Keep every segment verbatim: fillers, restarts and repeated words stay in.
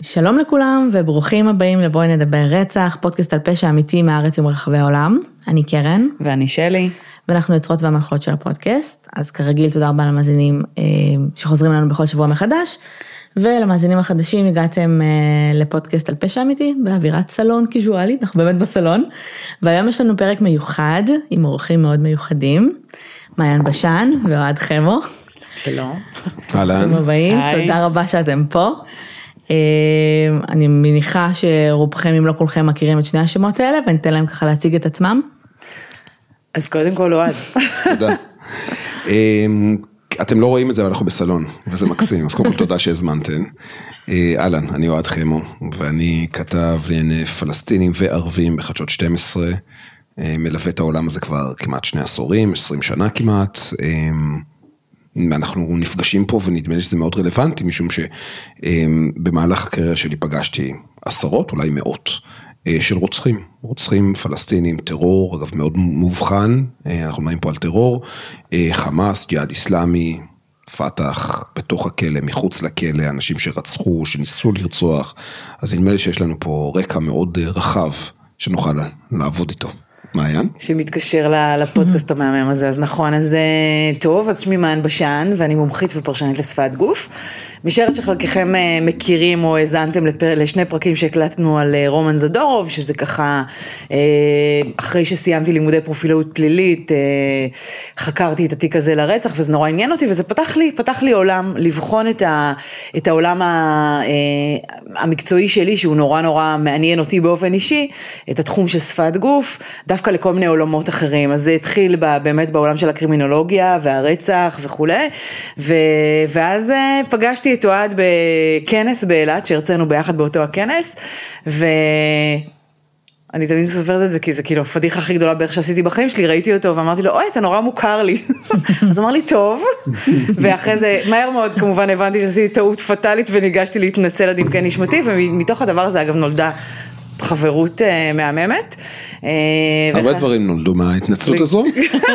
שלום לכולם וברוכים הבאים לבואי נדבר רצח, פודקאסט על פשע אמיתי מהארץ ומרחבי העולם. אני קרן. ואני שלי. ואנחנו יוצרות והמלכות של הפודקאסט. אז כרגיל תודה רבה למאזינים שחוזרים לנו בכל שבוע מחדש, ולמאזינים החדשים הגעתם לפודקאסט על פשע אמיתי באווירת סלון קיזואלית, אנחנו באמת בסלון, והיום יש לנו פרק מיוחד עם אורחים מאוד מיוחדים, מעיין בשן ואוהד חמו. שלום. אהלן. תודה רבה שאתם פה. אני מניחה שרובכם אם לא כולכם מכירים את שני השמות האלה, ואני אתן להם ככה להציג את עצמם. אז קודם כל אוהד. תודה. אתם לא רואים את זה, אבל אנחנו בסלון, וזה מקסים, אז קודם כל תודה שהזמנתם. אהלן, אני אוהד חמו, ואני כתב לענייני פלסטינים וערבים בחדשות שתים עשרה, מלווה את העולם הזה כבר כמעט שני עשורים, עשרים שנה כמעט, אנחנו נפגשים פה ונדמה לי שזה מאוד רלוונטי, משום שבמהלך הקריירה שלי פגשתי עשרות, אולי מאות, של רוצחים, רוצחים פלסטינים, טרור, אגב מאוד מובחן, אנחנו מדברים פה על טרור, חמאס, ג'יהאד איסלאמי, פתח, בתוך הכלא, מחוץ לכלא, אנשים שרצחו, שניסו לרצוח, אז נדמה לי שיש לנו פה רקע מאוד רחב, שנוכל לעבוד איתו. מעיין? שמתקשר לפודקאסט המהמם הזה, אז נכון, אז טוב, אז שמי מעיין בשן, ואני מומחית ופרשנית לשפת גוף. משערת שחלקכם מכירים או הזנתם לשני פרקים שהקלטנו על רומן זדורוב, שזה ככה, אחרי שסיימתי לימודי פרופילאות פלילית, חקרתי את התיק הזה לרצח, וזה נורא עניין אותי, וזה פתח לי, פתח לי עולם, לבחון את, ה, את העולם המקצועי שלי, שהוא נורא נורא מעניין אותי באופן אישי, את התחום של שפת גוף, דווקא לכל מיני עולמות אחרים. אז זה התחיל באמת בעולם של הקרימינולוגיה והרצח וכו'. ו, ואז פגשתי את אוהד בכנס באילת, שהרצינו ביחד באותו הכנס, ואני תמיד מספרת את זה, כי זה כאילו הפדיחה הכי גדולה בערך שעשיתי בחיים שלי, ראיתי אותו ואמרתי לו, אוי, אתה נורא מוכר לי. אז הוא אמר לי, טוב, ואחרי זה, מהר מאוד כמובן הבנתי שעשיתי טעות פטלית, וניגשתי להתנצל עד עמקי נשמתי, ומתוך הדבר הזה אגב נולדה חברות מהממת. הרבה דברים נולדו מההתנצלות הזו,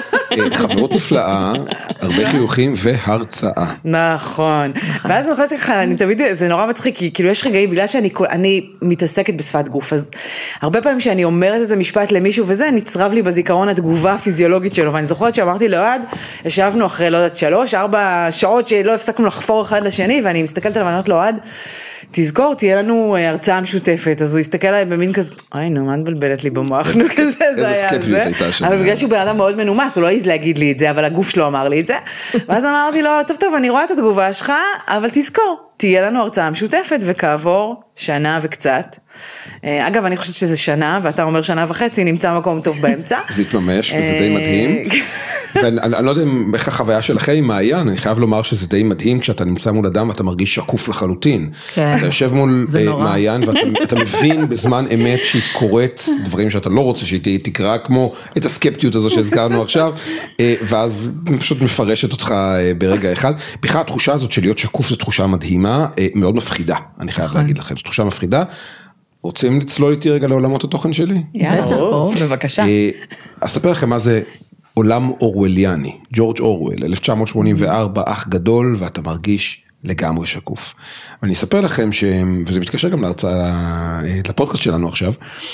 חברות נפלאה, הרבה חיוכים והרצאה. נכון, ואז אני חושבת שכך, אני תמיד, זה נורא מצחיק, כי כאילו יש רגעים, בגלל שאני מתעסקת בשפת גוף, אז הרבה פעמים שאני אומרת איזה משפט למישהו וזה, נצרב לי בזיכרון התגובה הפיזיולוגית שלו, ואני זוכרת שאמרתי לאוהד, ישבנו אחרי לא יודעת שלוש, ארבע שעות שלא הפסקנו לחפור אחד לשני, ואני מסתכלת עליו ואני אומרת לאוהד, תזכור, תהיה לנו הרצאה משותפת, אז הוא הסתכל עליי במין כזה, אוי נו, מה נבלבלת לי במוח, נו כזה, זה היה זה, אבל בגלל שהוא בן אדם מאוד מנומס, הוא לא העז להגיד לי את זה, אבל הגוף שלו אמר לי את זה, ואז אמרתי לו, טוב טוב, אני רואה את התגובה שלך, אבל תזכור, תהיה לנו הרצאה משותפת, וכעבור שנה וקצת, אגב, אני חושבת שזה שנה, ואתה אומר שנה וחצי, נמצא מקום טוב באמצע. זה התממש, וזה די מדהים. ואני לא יודע איך החוויה שלכם עם מעיין, אני חייב לומר שזה די מדהים, כשאתה נמצא מול אדם, ואתה מרגיש שקוף לחלוטין. אתה יושב מול מעיין, ואתה מבין בזמן אמת שהיא קוראת דברים שאתה לא רוצה שהיא תקרא, כמו את הסקפטיות הזו שהזכרנו עכשיו, ואז פשוט מפרשת אותך ברגע אחד. בכלל, התחושה הזאת של להיות שקוף, זו תחושה מדהימה, מאוד מפחידה, אני חייב להגיד לכם, זו תחושה מפחידה. רוצים לצלול איתי רגע לעולמות התוכן שלי? יאללה, בבקשה. אספר לכם מה זה עולם אורווליאני, ג'ורג' אורוול, אלף תשע מאות שמונים וארבע, אח גדול, ואתה מרגיש לגמרי שקוף. ואני אספר לכם, ש... וזה מתקשר גם להרצאה, לפודקאסט שלנו עכשיו,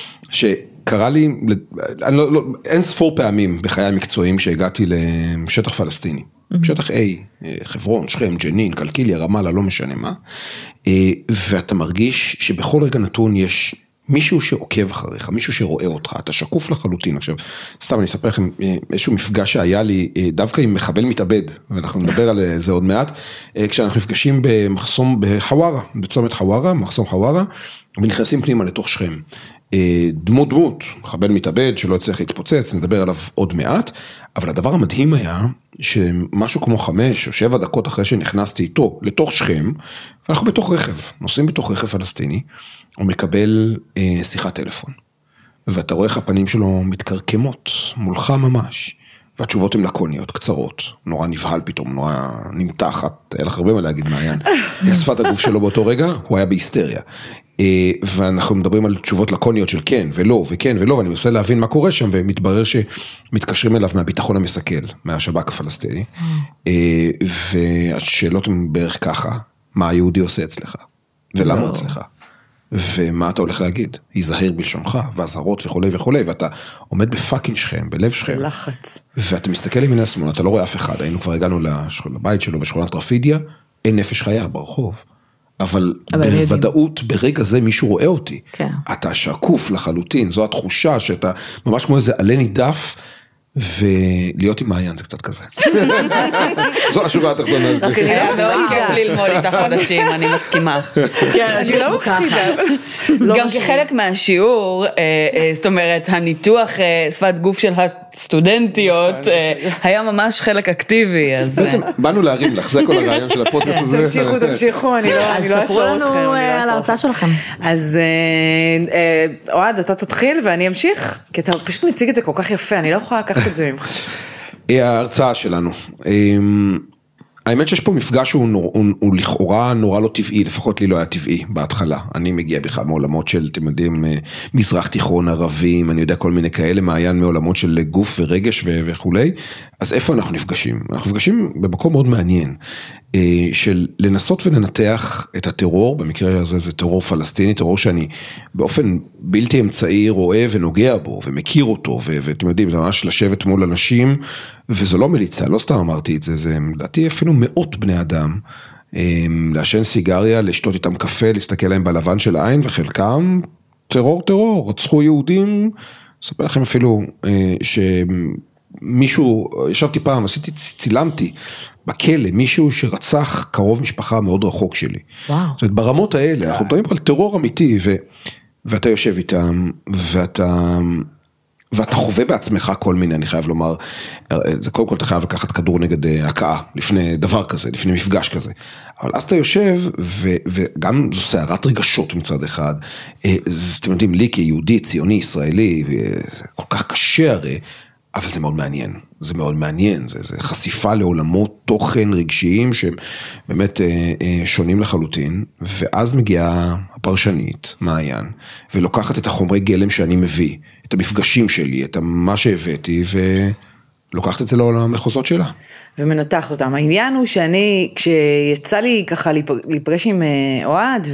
שקרה לי, אני לא, לא, אין ספור פעמים בחיי המקצועיים שהגעתי לשטח פלסטיני. שטח A, חברון, שכם, ג'נין, קלקיליה, רמאללה, לא משנה מה, ואתה מרגיש שבכל רגע נתון יש מישהו שעוקב אחריך, מישהו שרואה אותך, אתה שקוף לחלוטין. עכשיו, סתם אני אספר לכם איזשהו מפגש שהיה לי, דווקא עם מחבל מתאבד, ואנחנו נדבר על זה עוד מעט, כשאנחנו נפגשים במחסום בחווארה, בצומת חווארה, מחסום חווארה, ונכנסים פנימה לתוך שכם. דמות דמות, מחבל מתאבד שלא הצליח להתפוצץ, נדבר עליו עוד מעט, אבל הדבר המדהים היה שמשהו כמו חמש או שבע דקות אחרי שנכנסתי איתו לתוך שכם, ואנחנו בתוך רכב, נוסעים בתוך רכב פלסטיני, הוא מקבל אה, שיחת טלפון, ואתה רואה איך הפנים שלו מתקרקמות מולך ממש, והתשובות הן לקוניות, קצרות, נורא נבהל פתאום, נורא נמתחת, היה לך הרבה מה להגיד מעיין, שפת הגוף שלו באותו רגע, הוא היה בהיסטריה, ואנחנו מדברים על תשובות לקוניות של כן ולא וכן ולא, ואני מנסה להבין מה קורה שם, ומתברר שמתקשרים אליו מהביטחון המסכל, מהשב"כ הפלסטיני, והשאלות הן בערך ככה, מה היהודי עושה אצלך, ולמה אצלך? ומה אתה הולך להגיד? ייזהר בלשונך, והזהרות וכו' וכו', ואתה עומד בפאקינג שכם, בלב שכם. לחץ. ואתה מסתכל לימין השמאל, אתה לא רואה אף אחד, היינו כבר הגענו לבית שלו בשכונת רפידיה, אין נפש חיה ברחוב. אבל, אבל בוודאות, ברגע זה מישהו רואה אותי. כן. אתה שקוף לחלוטין, זו התחושה שאתה ממש כמו איזה עלה נידף, ולהיות עם מעיין זה קצת כזה. זו השורה התחתונה שלי. היה מאוד כיף ללמוד איתך חודשים, אני מסכימה. אני לא מפחידה. גם כחלק מהשיעור, זאת אומרת, הניתוח שפת גוף של הסטודנטיות, היה ממש חלק אקטיבי. באנו להרים לך, זה כל הרעיון של הפודקאסט הזה. תמשיכו, תמשיכו, אני לא אעצור אתכם. תספרו לנו על ההרצאה שלכם. אז אוהד, אתה תתחיל ואני אמשיך, כי אתה פשוט מציג את זה כל כך יפה, אני לא יכולה לקחת את זה ממך. ההרצאה שלנו. האמת שיש פה מפגש שהוא, נור, הוא, הוא לכאורה נורא לא טבעי, לפחות לי לא היה טבעי בהתחלה. אני מגיע בכלל מעולמות של, אתם יודעים, מזרח תיכון, ערבים, אני יודע כל מיני כאלה, מעיין מעולמות של גוף ורגש ו- וכולי. אז איפה אנחנו נפגשים? אנחנו נפגשים במקום מאוד מעניין, של לנסות ולנתח את הטרור, במקרה הזה זה טרור פלסטיני, טרור שאני באופן בלתי אמצעי רואה ונוגע בו, ומכיר אותו, ו- ואתם יודעים, זה ממש לשבת מול אנשים, וזו לא מליצה, לא סתם אמרתי את זה, זה לדעתי אפילו מאות בני אדם, לעשן סיגריה, לשתות איתם קפה, להסתכל להם בלבן של העין, וחלקם טרור טרור, רצחו יהודים, אספר לכם אפילו שמישהו, ישבתי פעם, עשיתי, צילמתי בכלא, מישהו שרצח קרוב משפחה מאוד רחוק שלי. וואו. זאת אומרת, ברמות האלה, אנחנו מדברים על טרור אמיתי, ו, ואתה יושב איתם, ואתה... ואתה חווה בעצמך כל מיני, אני חייב לומר, זה קודם כל אתה חייב לקחת כדור נגד הקאה, לפני דבר כזה, לפני מפגש כזה. אבל אז אתה יושב, ו, וגם זו סערת רגשות מצד אחד, אז אתם יודעים, לי כיהודי, ציוני, ישראלי, זה כל כך קשה הרי, אבל זה מאוד מעניין, זה מאוד מעניין, זה, זה חשיפה לעולמות תוכן רגשיים, שהם באמת שונים לחלוטין, ואז מגיעה הפרשנית, מעיין, ולוקחת את החומרי גלם שאני מביא, את המפגשים שלי, את מה שהבאתי, ולוקחת את זה למחוזות שלה. ומנתחת אותם. העניין הוא שאני, כשיצא לי ככה להיפגש עם אוהד,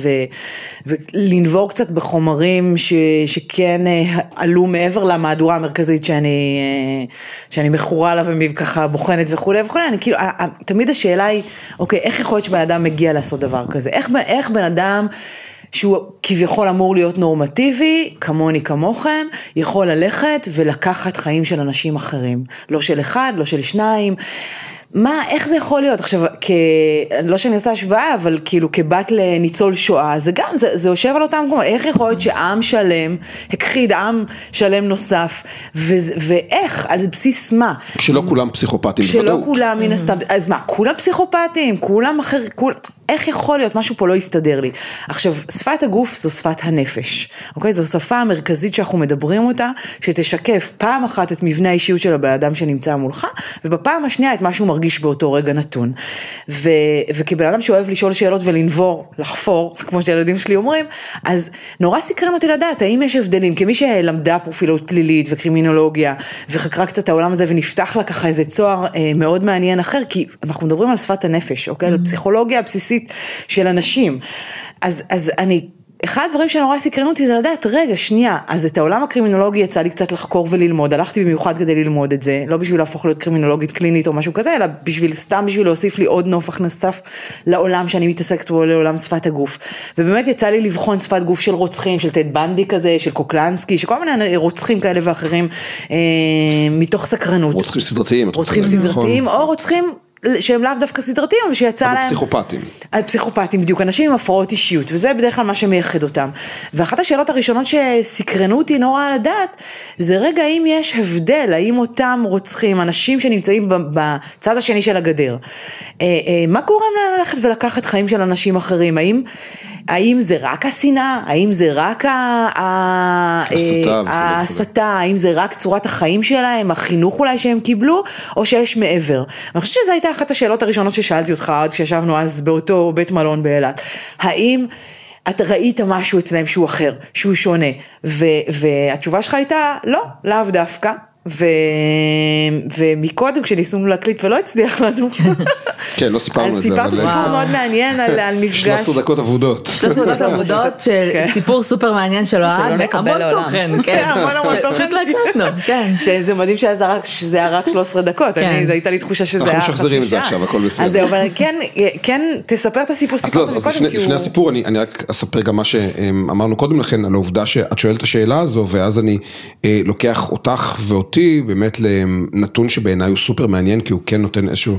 ולנבור קצת בחומרים ש, שכן עלו מעבר למהדורה המרכזית שאני, שאני מכורה לה וככה בוחנת וכו' וכו', אני כאילו, תמיד השאלה היא, אוקיי, איך יכול להיות שבן אדם מגיע לעשות דבר כזה? איך, איך בן אדם שהוא כביכול אמור להיות נורמטיבי, כמוני כמוכם, יכול ללכת ולקחת חיים של אנשים אחרים. לא של אחד, לא של שניים. מה, איך זה יכול להיות? עכשיו, כ... לא שאני עושה השוואה, אבל כאילו כבת לניצול שואה, זה גם, זה, זה יושב על אותם כמו, איך יכול להיות שעם שלם, הכחיד עם שלם נוסף, ו... ואיך, על בסיס מה? כשלא כולם פסיכופטים כשלא בוודאות. כולם מן הסתם, אז מה, כולם פסיכופטים, כולם אחר, כול... איך יכול להיות? משהו פה לא יסתדר לי. עכשיו, שפת הגוף זו שפת הנפש, אוקיי? זו שפה המרכזית שאנחנו מדברים אותה, שתשקף פעם אחת את מבנה האישיות של הבן אדם שנמצא מולך, ובפעם השנייה את מה שהוא מרגיש באותו רגע נתון. ו... וכבן אדם שאוהב לשאול שאלות ולנבור, לחפור, כמו שהילדים שלי אומרים, אז נורא סקרן אותי לדעת, האם יש הבדלים, כמי שלמדה פרופילות פלילית וקרימינולוגיה, וחקרה קצת העולם הזה, ונפתח לה ככה איזה צוהר אה, מאוד מעניין אחר, כי אנחנו מדברים על שפת הנפש, אוקיי? על פסיכולוגיה הבסיסית של אנשים. אז, אז אני, אחד הדברים שנורא סקרנו אותי זה לדעת, רגע, שנייה, אז את העולם הקרימינולוגי יצא לי קצת לחקור וללמוד, הלכתי במיוחד כדי ללמוד את זה, לא בשביל להפוך להיות קרימינולוגית קלינית או משהו כזה, אלא בשביל, סתם בשביל להוסיף לי עוד נופח נוסף לעולם שאני מתעסקת בו, לעולם שפת הגוף. ובאמת יצא לי לבחון שפת גוף של רוצחים, של טד בנדי כזה, של קוקלנסקי, שכל מיני רוצחים כאלה ואחרים, אה, מתוך סקרנות. רוצחים סדרתיים. רוצחים סדרתיים, או רוצחים שהם לאו דווקא סדרתיים, ושיצא להם... על פסיכופטים. על פסיכופטים, בדיוק, אנשים עם הפרעות אישיות, וזה בדרך כלל מה שמייחד אותם. ואחת השאלות הראשונות שסקרנו אותי נורא על הדעת, זה רגע האם יש הבדל, האם אותם רוצחים, אנשים שנמצאים בצד השני של הגדר, מה גורם להם ללכת ולקחת חיים של אנשים אחרים? האם... האם זה רק השנאה? האם זה רק ההסתה? האם זה רק צורת החיים שלהם, החינוך אולי שהם קיבלו, או שיש מעבר? אני חושבת שזו הייתה אחת השאלות הראשונות ששאלתי אותך, עד כשישבנו אז באותו בית מלון באילת. האם אתה ראית משהו אצלם שהוא אחר, שהוא שונה? והתשובה שלך הייתה, לא, לאו דווקא. ו... ומקודם כשניסינו להקליט ולא הצליח לנו. כן, לא סיפרנו את זה. אז סיפרת סיפור מאוד מעניין על, על מפגש. שלוש עשרה דקות עבודות. שלוש עשרה דקות עבודות של סיפור סופר מעניין שלו, המון תוכן. המון המון תוכן. כן. שזה מדהים שזה היה רק שלוש עשרה דקות, זו הייתה לי תחושה שזה היה חצי שעה. אנחנו משחזרים את זה עכשיו, הכל בסדר. אז זהו, אבל כן, תספר את הסיפור סיפור. אז לפני הסיפור, אני רק אספר גם מה שאמרנו קודם לכן, על העובדה שאת שואלת את השאלה הזו, ואז אני לוקח אותך ואותי, באמת לנתון שבעיניי הוא סופר מעניין, כי הוא כן נותן איזשהו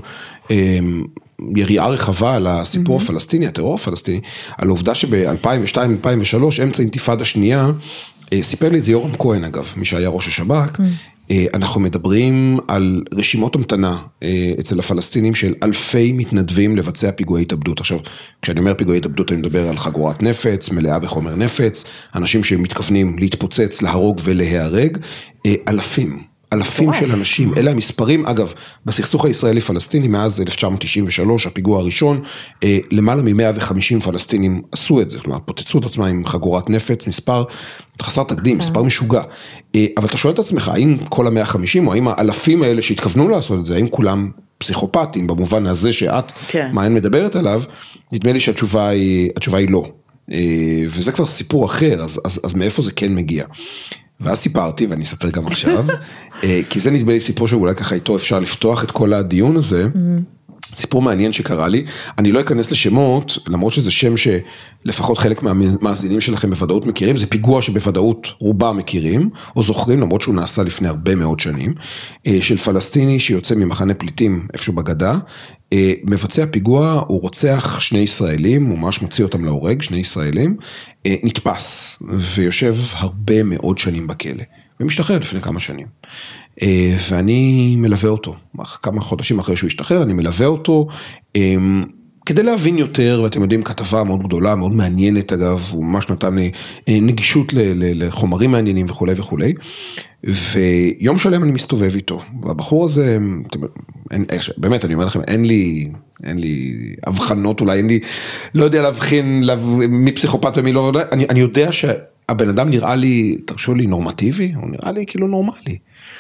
יריעה רחבה על הסיפור הפלסטיני, הטרור הפלסטיני, על העובדה שב-אלפיים ושתיים אלפיים ושלוש, אמצע אינתיפאדה שנייה, סיפר לי את זה יורם כהן אגב, מי שהיה ראש השב"כ, אנחנו מדברים על רשימות המתנה אצל הפלסטינים של אלפי מתנדבים לבצע פיגועי התאבדות. עכשיו, כשאני אומר פיגועי התאבדות, אני מדבר על חגורת נפץ, מלאה בחומר נפץ, אנשים שמתכוונים להתפוצץ, להרוג ולהיהרג, אלפים. אלפים של אנשים, אלה המספרים, אגב, בסכסוך הישראלי-פלסטיני, מאז אלף תשע מאות תשעים ושלוש, הפיגוע הראשון, למעלה מ-מאה וחמישים פלסטינים עשו את זה, כלומר, פוצצו את עצמם עם חגורת נפץ, מספר חסר תקדים, מספר משוגע. אבל אתה שואל את עצמך, האם כל ה-מאה וחמישים, או האם האלפים האלה שהתכוונו לעשות את זה, האם כולם פסיכופטים, במובן הזה שאת, מה הן מדברת עליו, נדמה לי שהתשובה היא, התשובה היא לא. וזה כבר סיפור אחר, אז, אז, אז מאיפה זה כן מגיע? ואז סיפרתי, ואני אספר גם עכשיו, כי זה נדמה לי סיפור שאולי ככה איתו אפשר לפתוח את כל הדיון הזה, סיפור מעניין שקרה לי, אני לא אכנס לשמות, למרות שזה שם שלפחות חלק מהמאזינים שלכם בוודאות מכירים, זה פיגוע שבוודאות רובם מכירים, או זוכרים, למרות שהוא נעשה לפני הרבה מאוד שנים, של פלסטיני שיוצא ממחנה פליטים איפשהו בגדה, מבצע פיגוע, הוא רוצח שני ישראלים, הוא ממש מוציא אותם להורג, שני ישראלים, נתפס, ויושב הרבה מאוד שנים בכלא, ומשתחרר לפני כמה שנים. ואני מלווה אותו, כמה חודשים אחרי שהוא השתחרר, אני מלווה אותו, כדי להבין יותר, ואתם יודעים, כתבה מאוד גדולה, מאוד מעניינת אגב, הוא ממש נתן לי נגישות לחומרים מעניינים וכו' וכו'. ויום שלם אני מסתובב איתו, והבחור הזה, באמת אני אומר לכם, אין לי, אין לי הבחנות אולי, אין לי, לא יודע להבחין מי פסיכופת ומי לא, אני, אני יודע שהבן אדם נראה לי, תרשו לי, נורמטיבי, הוא נראה לי כאילו נורמלי.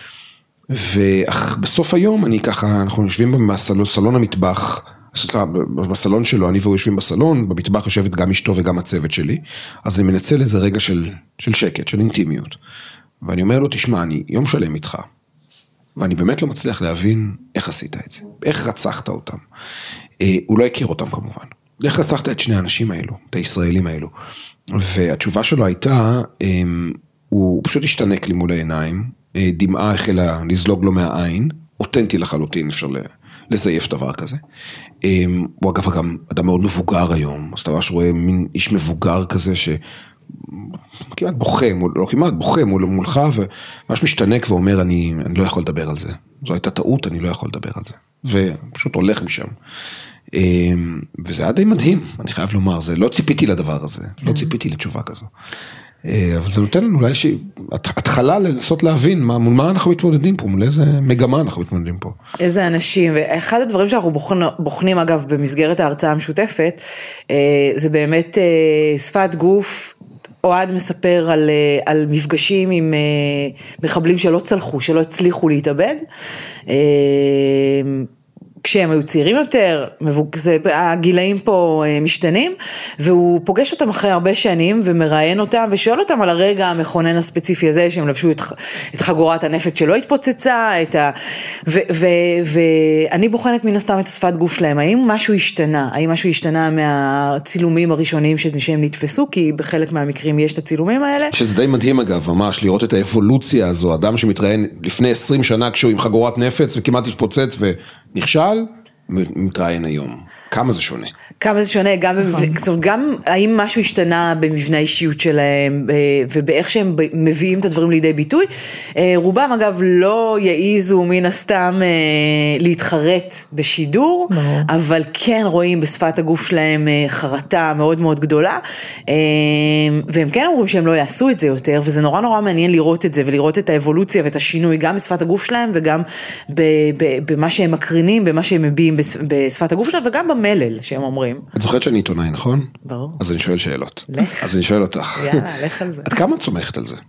ובסוף היום אני ככה, אנחנו יושבים בסלון המטבח, בסלון שלו, אני והוא יושבים בסלון, במטבח יושבת גם אשתו וגם הצוות שלי, אז אני מנצל איזה רגע של, של שקט, של אינטימיות. ואני אומר לו, תשמע, אני יום שלם איתך, ואני באמת לא מצליח להבין איך עשית את זה, איך רצחת אותם. אה, הוא לא הכיר אותם כמובן. איך רצחת את שני האנשים האלו, את הישראלים האלו. והתשובה שלו הייתה, אה, הוא פשוט השתנק לי מול העיניים, אה, דמעה החלה לזלוג לו מהעין, אותנטי לחלוטין, אפשר לזייף דבר כזה. אה, הוא אגב גם אדם מאוד מבוגר היום, אז אתה ממש רואה מין איש מבוגר כזה ש... כמעט בוכה, לא כמעט, בוכה מול, מולך, וממש משתנק ואומר, אני, אני לא יכול לדבר על זה. זו הייתה טעות, אני לא יכול לדבר על זה. ופשוט הולך משם. וזה היה די מדהים, אני חייב לומר, זה לא ציפיתי לדבר הזה, לא ציפיתי לתשובה כזו. אבל זה נותן לנו אולי התחלה לנסות להבין מה, מול מה אנחנו מתמודדים פה, מול איזה מגמה אנחנו מתמודדים פה. איזה אנשים, ואחד הדברים שאנחנו בוחנים אגב במסגרת ההרצאה המשותפת, זה באמת שפת גוף, אוהד מספר על, על מפגשים עם מחבלים שלא צלחו, שלא הצליחו להתאבד, כשהם היו צעירים יותר, הגילאים פה משתנים, והוא פוגש אותם אחרי הרבה שנים, ומראיין אותם, ושואל אותם על הרגע המכונן הספציפי הזה, שהם לבשו את, את חגורת הנפץ שלא התפוצצה, את ה... ו, ו, ואני בוחנת מן הסתם את השפת גוף שלהם, האם משהו השתנה, האם משהו השתנה מהצילומים הראשונים שהם נתפסו, כי בחלק מהמקרים יש את הצילומים האלה. שזה די מדהים אגב, ממש, לראות את האבולוציה הזו, אדם שמתראיין לפני עשרים שנה, כשהוא עם חגורת נפץ, וכמעט התפוצץ ו... נכשל, מתראיין היום. כמה זה שונה? כמה זה שונה, גם, במבנה, גם האם משהו השתנה במבנה האישיות שלהם, ובאיך שהם מביאים את הדברים לידי ביטוי. רובם אגב לא יעיזו מן הסתם להתחרט בשידור, אבל כן רואים בשפת הגוף שלהם חרטה מאוד מאוד גדולה, והם כן אומרים שהם לא יעשו את זה יותר, וזה נורא נורא מעניין לראות את זה, ולראות את האבולוציה ואת השינוי, גם בשפת הגוף שלהם, וגם במה שהם מקרינים, במה שהם מביאים בשפת הגוף שלהם, וגם במלל שהם אומרים. את זוכרת שאני עיתונאי, נכון? ברור. אז אני שואל שאלות. לך. אז אני שואל אותך. יאללה, לך על זה. עד כמה את סומכת על זה?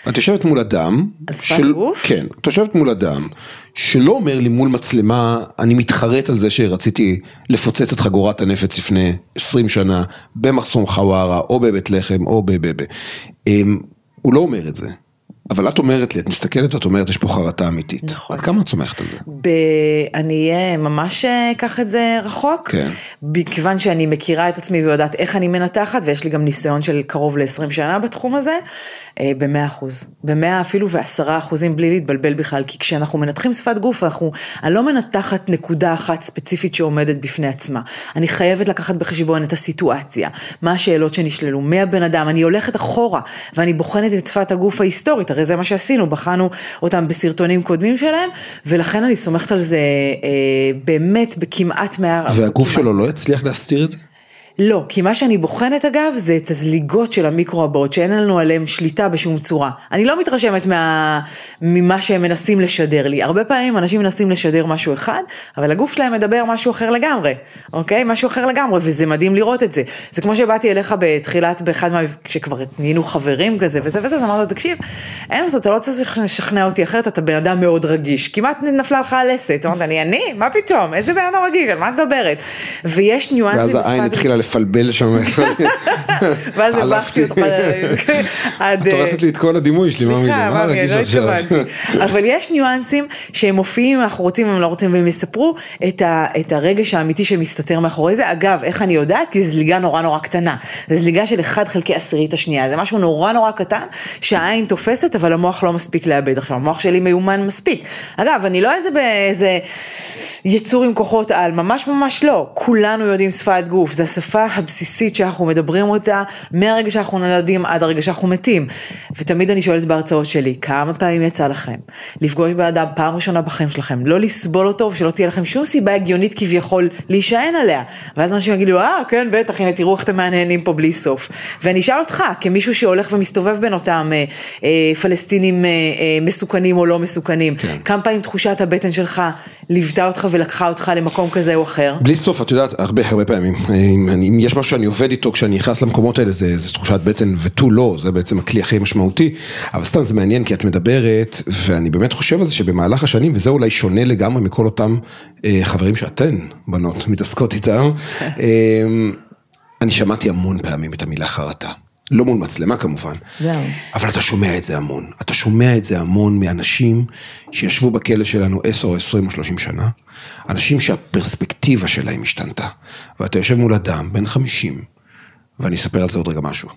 את יושבת מול אדם, על שפת גוף? כן, את יושבת מול אדם, שלא אומר לי מול מצלמה, אני מתחרט על זה שרציתי לפוצץ את חגורת הנפץ לפני עשרים שנה, במחסום חווארה, או בבית לחם, או בבבה. הוא לא אומר את זה. אבל את אומרת לי, את מסתכלת ואת אומרת, יש פה חרטה אמיתית. נכון. עד כמה את סומכת על זה? ב... אני ממש אקח את זה רחוק, כן. בכיוון שאני מכירה את עצמי ויודעת איך אני מנתחת, ויש לי גם ניסיון של קרוב ל-עשרים שנה בתחום הזה, ב-מאה אחוז, ב-מאה אפילו ו-עשרה אחוזים בלי להתבלבל בכלל, כי כשאנחנו מנתחים שפת גוף, אנחנו, אני לא מנתחת נקודה אחת ספציפית שעומדת בפני עצמה, אני חייבת לקחת בחשבון את הסיטואציה, מה השאלות שנשללו, מי הבן אדם, אני הולכת אחורה, ואני בוחנת את שפת הגוף ההיסטורית, הרי זה מה שעשינו, בחנו אותם בסרטונים קודמים שלהם, ולכן אני סומכת על זה אה, באמת בכמעט מאה... והגוף שלו לא יצליח להסתיר את זה? לא, כי מה שאני בוחנת אגב, זה את הזליגות של המיקרו הבאות, שאין לנו עליהם שליטה בשום צורה. אני לא מתרשמת מה, ממה שהם מנסים לשדר לי. הרבה פעמים אנשים מנסים לשדר משהו אחד, אבל הגוף שלהם מדבר משהו אחר לגמרי, אוקיי? משהו אחר לגמרי, וזה מדהים לראות את זה. זה כמו שבאתי אליך בתחילת, באחד מה... כשכבר נהיינו חברים כזה, וזה וזה, אז אמרת לו, תקשיב, אין בסוף, אתה לא צריך לשכנע אותי אחרת, אתה בן אדם מאוד רגיש. כמעט נפלה לך הלסת. אמרת, אני, אני? מה פתאום? איזה בן אדם רגיש? על מה את מדברת? ויש ניואנסים בשפת לפלבל שם. ואז הבחתי אותך. את הורסת לי את כל הדימוי שלי. סליחה, מאמי, לא התכוונתי. אבל יש ניואנסים שהם מופיעים, אנחנו רוצים, הם לא רוצים, והם יספרו את הרגש האמיתי שמסתתר מאחורי זה. אגב, איך אני יודעת? כי זו זליגה נורא נורא קטנה. זו זליגה של אחד חלקי עשירית השנייה. זה משהו נורא נורא קטן, שהעין תופסת, אבל המוח לא מספיק לאבד. עכשיו, המוח שלי מיומן מספיק. אגב, אני לא איזה באיזה יצור עם כוחות על, ממש ממש לא. כולנו יודעים שפת גוף. זה השפה הבסיסית שאנחנו מדברים אותה, מהרגע שאנחנו נולדים עד הרגע שאנחנו מתים. ותמיד אני שואלת בהרצאות שלי, כמה פעמים יצא לכם לפגוש באדם פעם ראשונה בחיים שלכם, לא לסבול אותו, ושלא תהיה לכם שום סיבה הגיונית כביכול להישען עליה. ואז אנשים יגידו, אה, כן, בטח, הנה, תראו איך אתם מעניינים פה בלי סוף. ואני אשאל אותך, כמישהו שהולך ומסתובב בין אותם אה, אה, פלסטינים אה, אה, מסוכנים או לא מסוכנים, כן. כמה פעמים תחושת הבטן שלך ליוותה אותך ולקחה אותך למקום כזה או אחר? בלי סוף, את יודעת, הרבה, הרבה פעמים. אם יש משהו שאני עובד איתו כשאני נכנס למקומות האלה, זה, זה תחושת בטן ותו לא, זה בעצם הכלי הכי משמעותי, אבל סתם זה מעניין כי את מדברת, ואני באמת חושב על זה שבמהלך השנים, וזה אולי שונה לגמרי מכל אותם אה, חברים שאתן, בנות, מתעסקות איתם, אה, אני שמעתי המון פעמים את המילה חרטה. לא מול מצלמה כמובן, אבל אתה שומע את זה המון, אתה שומע את זה המון מאנשים שישבו בכלא שלנו עשר או עשרים או שלושים שנה, אנשים שהפרספקטיבה שלהם השתנתה, ואתה יושב מול אדם בן חמישים, ואני אספר על זה עוד רגע משהו,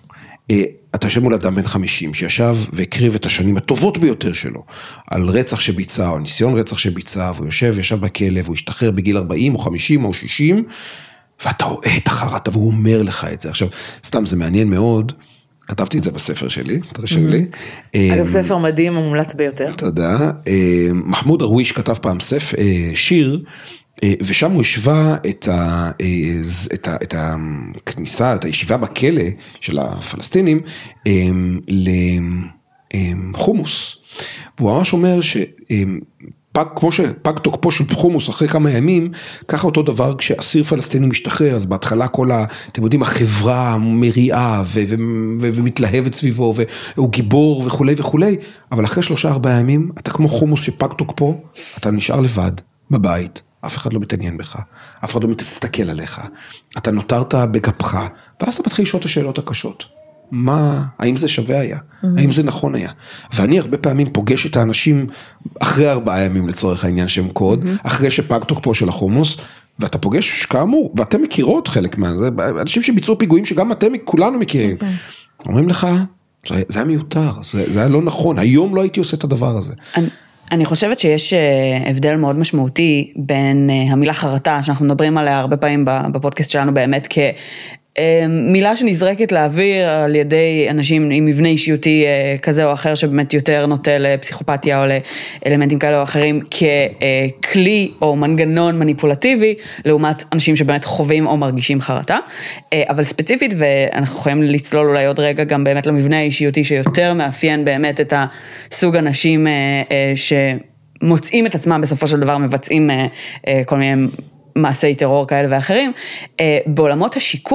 אתה יושב מול אדם בן חמישים שישב והקריב את השנים הטובות ביותר שלו, על רצח שביצע או ניסיון רצח שביצע, והוא יושב וישב בכלא, והוא השתחרר בגיל ארבעים או חמישים או שישים, ואתה רואה את החרטה, והוא אומר לך את זה. עכשיו, סתם זה מעניין מאוד, כתבתי את זה בספר שלי, תרשו לי. אגב, ספר מדהים, המומלץ ביותר. תודה. מחמוד דרוויש כתב פעם ספר, שיר, ושם הוא השווה את ה, את ה, את הכניסה, את הישיבה בכלא של הפלסטינים, לחומוס. והוא ממש אומר ש... פג, כמו שפג תוקפו של חומוס אחרי כמה ימים, ככה אותו דבר כשאסיר פלסטיני משתחרר, אז בהתחלה כל ה, אתם יודעים, החברה מריעה ו- ו- ו- ומתלהבת סביבו, והוא גיבור וכולי וכולי, אבל אחרי שלושה ארבעה ימים, אתה כמו חומוס שפג תוקפו, אתה נשאר לבד, בבית, אף אחד לא מתעניין בך, אף אחד לא מתסתכל עליך, אתה נותרת בגפך, ואז אתה מתחיל לשאול את השאלות הקשות. מה, האם זה שווה היה? Mm-hmm. האם זה נכון היה? ואני הרבה פעמים פוגש את האנשים אחרי ארבעה ימים לצורך העניין שהם קוד, mm-hmm. אחרי שפג תוקפו של החומוס, ואתה פוגש כאמור, ואתם מכירות חלק מהזה, אנשים שביצעו פיגועים שגם אתם כולנו מכירים. Okay. אומרים לך, זה, זה היה מיותר, זה, זה היה לא נכון, היום לא הייתי עושה את הדבר הזה. אני, אני חושבת שיש הבדל מאוד משמעותי בין המילה חרטה, שאנחנו מדברים עליה הרבה פעמים בפודקאסט שלנו באמת כ... מילה שנזרקת לאוויר על ידי אנשים עם מבנה אישיותי כזה או אחר שבאמת יותר נוטה לפסיכופתיה או לאלמנטים כאלה או אחרים ככלי או מנגנון מניפולטיבי לעומת אנשים שבאמת חווים או מרגישים חרטה, אבל ספציפית ואנחנו יכולים לצלול אולי עוד רגע גם באמת למבנה האישיותי שיותר מאפיין באמת את הסוג אנשים שמוצאים את עצמם בסופו של דבר מבצעים כל מיני מעשי טרור כאלה ואחרים, בעולמות השיקום,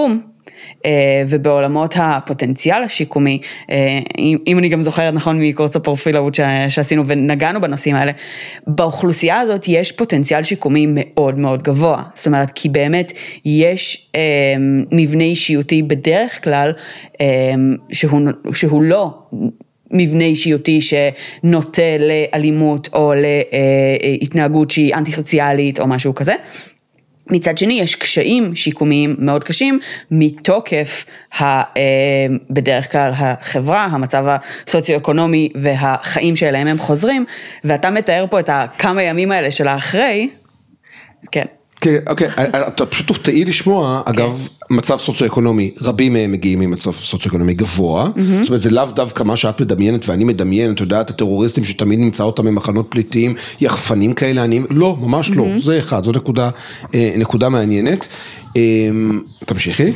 ובעולמות הפוטנציאל השיקומי, אם אני גם זוכרת נכון מקורס הפרופילות שעשינו ונגענו בנושאים האלה, באוכלוסייה הזאת יש פוטנציאל שיקומי מאוד מאוד גבוה, זאת אומרת, כי באמת יש מבנה אישיותי בדרך כלל, שהוא, שהוא לא מבנה אישיותי שנוטה לאלימות או להתנהגות שהיא אנטי סוציאלית או משהו כזה, מצד שני, יש קשיים שיקומיים מאוד קשים, מתוקף ה, בדרך כלל החברה, המצב הסוציו-אקונומי והחיים שאליהם הם חוזרים, ואתה מתאר פה את הכמה ימים האלה של האחרי, כן. כן, אוקיי, אתה פשוט תופתעי לשמוע, אגב, מצב סוציו-אקונומי, רבים מהם מגיעים ממצב סוציו-אקונומי גבוה, זאת אומרת, זה לאו דווקא מה שאת מדמיינת ואני מדמיין, אתה יודעת, הטרוריסטים שתמיד נמצא אותם במחנות פליטים, יחפנים כאלה, אני, לא, ממש לא, זה אחד, זו נקודה, נקודה מעניינת. תמשיכי.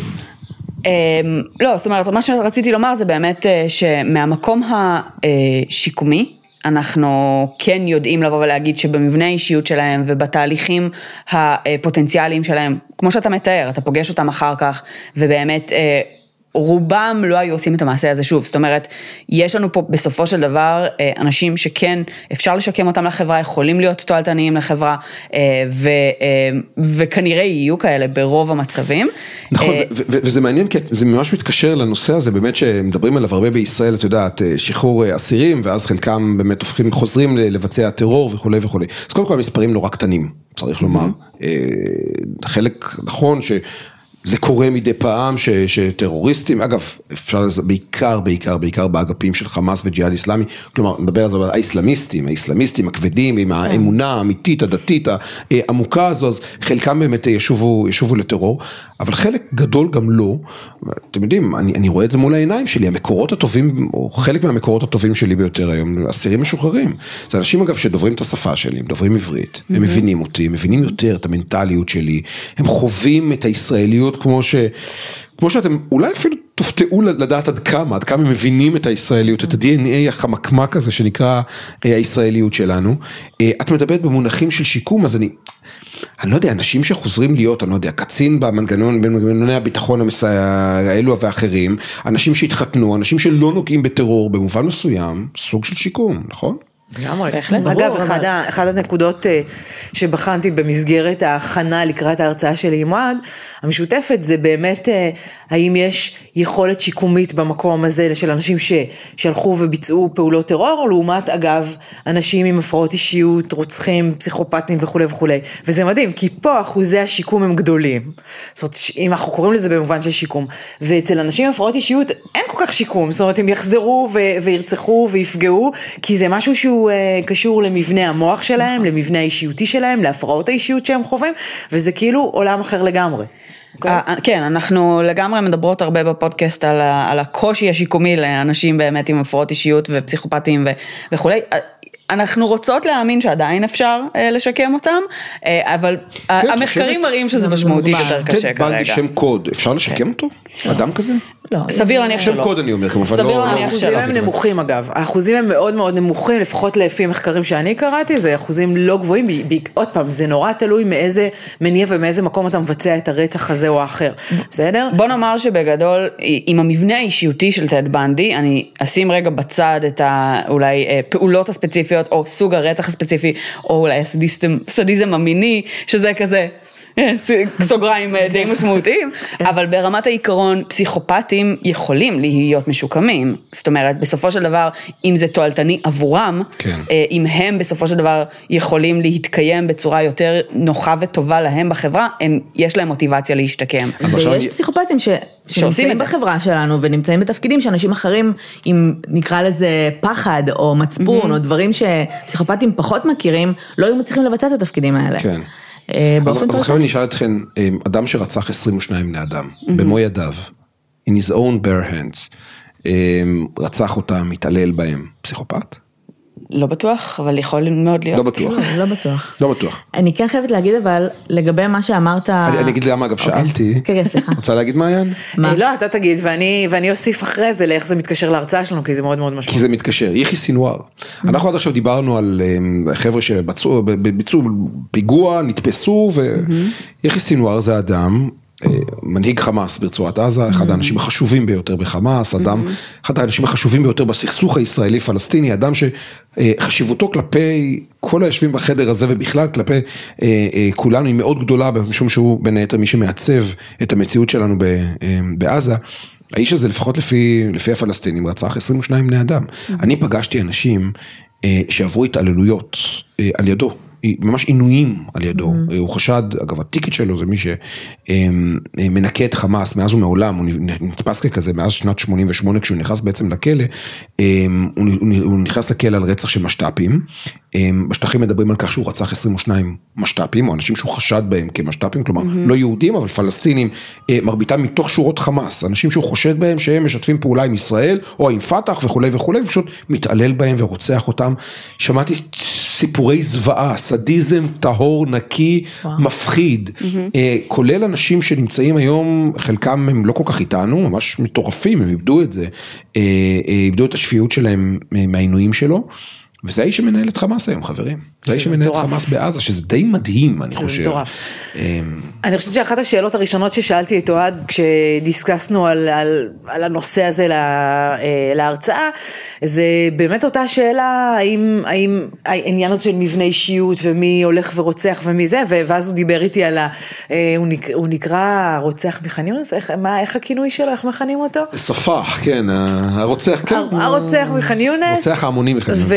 לא, זאת אומרת, מה שרציתי לומר זה באמת שמהמקום השיקומי, אנחנו כן יודעים לבוא ולהגיד שבמבנה האישיות שלהם ובתהליכים הפוטנציאליים שלהם, כמו שאתה מתאר, אתה פוגש אותם אחר כך, ובאמת רובם לא היו עושים את המעשה הזה שוב, זאת אומרת, יש לנו פה בסופו של דבר אנשים שכן אפשר לשקם אותם לחברה, יכולים להיות תועלתניים לחברה, ו, וכנראה יהיו כאלה ברוב המצבים. נכון, וזה מעניין, כי זה ממש מתקשר לנושא הזה, באמת שמדברים עליו הרבה בישראל, את יודעת, שחרור אסירים, ואז חלקם באמת הופכים, חוזרים לבצע טרור וכו' וכו'. אז קודם כל המספרים נורא קטנים, צריך לומר. חלק נכון ש... זה קורה מדי פעם ש, שטרוריסטים, אגב, אפשר לזה בעיקר, בעיקר, בעיקר באגפים של חמאס וג'יהאד איסלאמי, כלומר, נדבר על זה, האיסלאמיסטים, האיסלאמיסטים הכבדים, עם האמונה האמיתית, הדתית, העמוקה הזו, אז חלקם באמת ישובו, ישובו לטרור, אבל חלק גדול גם לא, אתם יודעים, אני, אני רואה את זה מול העיניים שלי, המקורות הטובים, או חלק מהמקורות הטובים שלי ביותר היום, אסירים משוחררים, זה אנשים אגב שדוברים את השפה שלי, הם דוברים עברית, הם מבינים אותי, הם מבינים יותר את המנטליות שלי, הם חווים את הישראליות כמו ש, כמו שאתם אולי אפילו תופתעו לדעת עד כמה, עד כמה הם מבינים את הישראליות, את ה-די אן איי החמקמק הזה שנקרא הישראליות שלנו. את מדברת במונחים של שיקום, אז אני, אני לא יודע, אנשים שחוזרים להיות, אני לא יודע, קצין במנגנון, במנגנוני הביטחון האלו ואחרים, אנשים שהתחתנו, אנשים שלא נוגעים בטרור, במובן מסוים, סוג של שיקום, נכון? אגב, אחד הנקודות שבחנתי במסגרת ההכנה לקראת ההרצאה שלי עם אוהד, המשותפת זה באמת האם יש יכולת שיקומית במקום הזה של אנשים שהלכו וביצעו פעולות טרור, לעומת אגב אנשים עם הפרעות אישיות, רוצחים, פסיכופטים וכו' וכו'. וזה מדהים, כי פה אחוזי השיקום הם גדולים. זאת אומרת, אם אנחנו קוראים לזה במובן של שיקום, ואצל אנשים עם הפרעות אישיות אין כל כך שיקום, זאת אומרת, הם יחזרו וירצחו ויפגעו, כי זה משהו שהוא קשור למבנה המוח שלהם, למבנה האישיותי שלהם, להפרעות האישיות שהם חווים, וזה כאילו עולם אחר לגמרי. כן, אנחנו לגמרי מדברות הרבה בפודקאסט על הקושי השיקומי לאנשים באמת עם הפרעות אישיות ופסיכופטים וכו'. אנחנו רוצות להאמין שעדיין אפשר לשקם אותם, אבל המחקרים מראים שזה משמעותית יותר קשה כרגע. בנדי שם קוד, אפשר לשקם אותו? אדם כזה? לא. סביר להניח שלא. שם קוד אני אומר, כמובן. סביר להניח שלא. האחוזים הם נמוכים אגב, האחוזים הם מאוד מאוד נמוכים, לפחות לפי מחקרים שאני קראתי, זה אחוזים לא גבוהים, עוד פעם, זה נורא תלוי מאיזה מניע ומאיזה מקום אתה מבצע את הרצח הזה או האחר, בסדר? בוא נאמר שבגדול, עם המבנה האישיותי של טד בנדי, אני אשים רגע בצד את אולי פעולות הספציפיות, או סוג הרצח הספציפי, או אולי הסדיזם המיני, שזה כזה, סוגריים די משמעותיים, אבל ברמת העיקרון פסיכופטים יכולים להיות משוקמים, זאת אומרת בסופו של דבר אם זה תועלתני עבורם, אם הם בסופו של דבר יכולים להתקיים בצורה יותר נוחה וטובה להם בחברה, יש להם מוטיבציה להשתקם. ויש פסיכופטים שנמצאים בחברה שלנו ונמצאים בתפקידים שאנשים אחרים, אם נקרא לזה פחד או מצפון או דברים שפסיכופטים פחות מכירים, לא היו מצליחים לבצע את התפקידים האלה. כן. אז עכשיו אני אשאל אתכם, אדם שרצח עשרים ושניים בני אדם, במו ידיו, in his own bare hands, רצח אותם, מתעלל בהם, פסיכופת? לא בטוח, אבל יכול מאוד להיות. לא בטוח. לא בטוח. לא בטוח. אני כן חייבת להגיד, אבל לגבי מה שאמרת... אני אגיד למה, אגב, שאלתי. כן, כן, סליחה. רוצה להגיד מעיין? לא, אתה תגיד, ואני אוסיף אחרי זה לאיך זה מתקשר להרצאה שלנו, כי זה מאוד מאוד משמעות. כי זה מתקשר. יחי סינואר. אנחנו עד עכשיו דיברנו על חבר'ה שביצעו פיגוע, נתפסו, ויחי סינואר זה אדם מנהיג חמאס ברצועת עזה, אחד האנשים החשובים ביותר בחמאס, אדם, אחד האנשים החשובים ביותר בסכסוך הישראלי-פלסטיני, אדם שחשיבותו כלפי כל היושבים בחדר הזה, ובכלל כלפי כולנו היא מאוד גדולה, משום שהוא בין היתר מי שמעצב את המציאות שלנו בעזה, האיש הזה לפחות לפי, לפי הפלסטינים רצח עשרים ושניים בני אדם. אני פגשתי אנשים שעברו התעללויות על ידו, ממש עינויים על ידו, הוא חשד, אגב הטיקט שלו זה מי שמנקה את חמאס מאז ומעולם, הוא נתפס ככזה מאז שנת שמונים ושמונה כשהוא נכנס בעצם לכלא, הוא נכנס לכלא על רצח של משת"פים, בשטחים מדברים על כך שהוא רצח עשרים ושניים משת"פים, או אנשים שהוא חשד בהם כמשת"פים, כלומר לא יהודים אבל פלסטינים, מרביתם מתוך שורות חמאס, אנשים שהוא חושד בהם שהם משתפים פעולה עם ישראל, או עם פתח וכו' וכו', ופשוט מתעלל בהם ורוצח אותם. שמעתי סיפורי זוועה, סדיזם, טהור, נקי, וואו. מפחיד, mm-hmm. כולל אנשים שנמצאים היום, חלקם הם לא כל כך איתנו, ממש מטורפים, הם איבדו את זה, איבדו את השפיות שלהם מהעינויים שלו, וזה האיש שמנהל את חמאס היום, חברים. זה האיש שמנהל את חמאס בעזה, שזה די מדהים, אני חושב. שזה מטורף. אני חושבת שאחת השאלות הראשונות ששאלתי את אוהד, כשדיסקסנו על, על, על הנושא הזה לה, להרצאה, זה באמת אותה שאלה, האם, האם העניין הזה של מבנה אישיות, ומי הולך ורוצח ומי זה, ואז הוא דיבר איתי על ה... הוא נקרא, הוא נקרא רוצח מחן יונס, איך, מה, איך הכינוי שלו, איך מכנים אותו? ספח, כן, הרוצח, כן. הרוצח מחן יונס. רוצח ההמוני מחן יונס.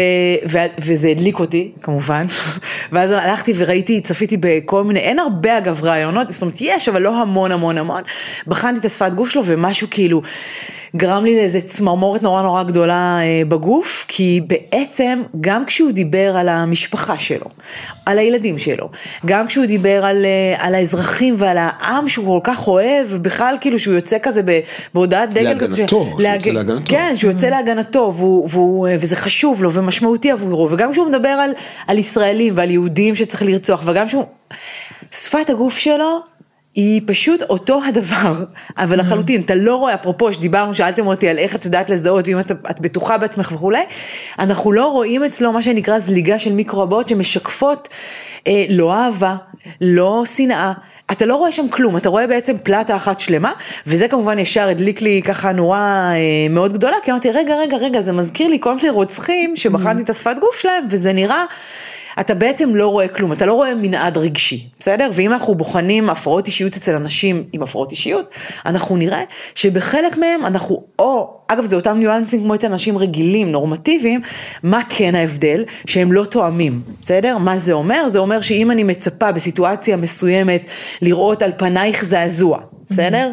וזה הדליק אותי, כמובן, ואז הלכתי וראיתי, צפיתי בכל מיני, אין הרבה אגב רעיונות, זאת אומרת יש, אבל לא המון המון המון, בחנתי את השפת גוף שלו, ומשהו כאילו גרם לי לאיזה צמרמורת נורא נורא גדולה בגוף, כי בעצם גם כשהוא דיבר על המשפחה שלו, על הילדים שלו, גם כשהוא דיבר על, על האזרחים ועל העם שהוא כל כך אוהב, ובכלל כאילו שהוא יוצא כזה בהודעת דגל, להגנתו, ש... שהוא להג... יוצא להגנתו. כן, שהוא יוצא להגנתו, והוא, והוא, וזה חשוב לו ומשמעותי עבורו, וגם כשהוא מדבר על, על ישראלים ועל יהודים שצריך לרצוח, וגם שהוא, שפת הגוף שלו, היא פשוט אותו הדבר, אבל לחלוטין, אתה לא רואה, אפרופו שדיברנו, שאלתם אותי על איך את יודעת לזהות, ואם את, את בטוחה בעצמך וכו', אנחנו לא רואים אצלו מה שנקרא זליגה של מיקרו-הבעות, שמשקפות אה, לא אהבה, לא שנאה, אתה לא רואה שם כלום, אתה רואה בעצם פלטה אחת שלמה, וזה כמובן ישר הדליק לי ככה נורא אה, מאוד גדולה, כי אמרתי, רגע, רגע, רגע, זה מזכיר לי כל מיני רוצחים, שבחנתי את השפת גוף שלהם, וזה נראה, אתה בעצם לא רואה כלום, אתה לא רואה מנעד רגשי, בסדר? ואם אנחנו בוחנים הפרעות אישיות אצל אנשים עם הפרעות אישיות, אנחנו נראה שבחלק מהם אנחנו, או, אגב זה אותם ניואנסים כמו אצל אנשים רגילים, נורמטיביים, מה כן ההבדל? שהם לא תואמים, בסדר? מה זה אומר? זה אומר שאם אני מצפה בסיטואציה מסוימת לראות על פנייך זעזוע, בסדר?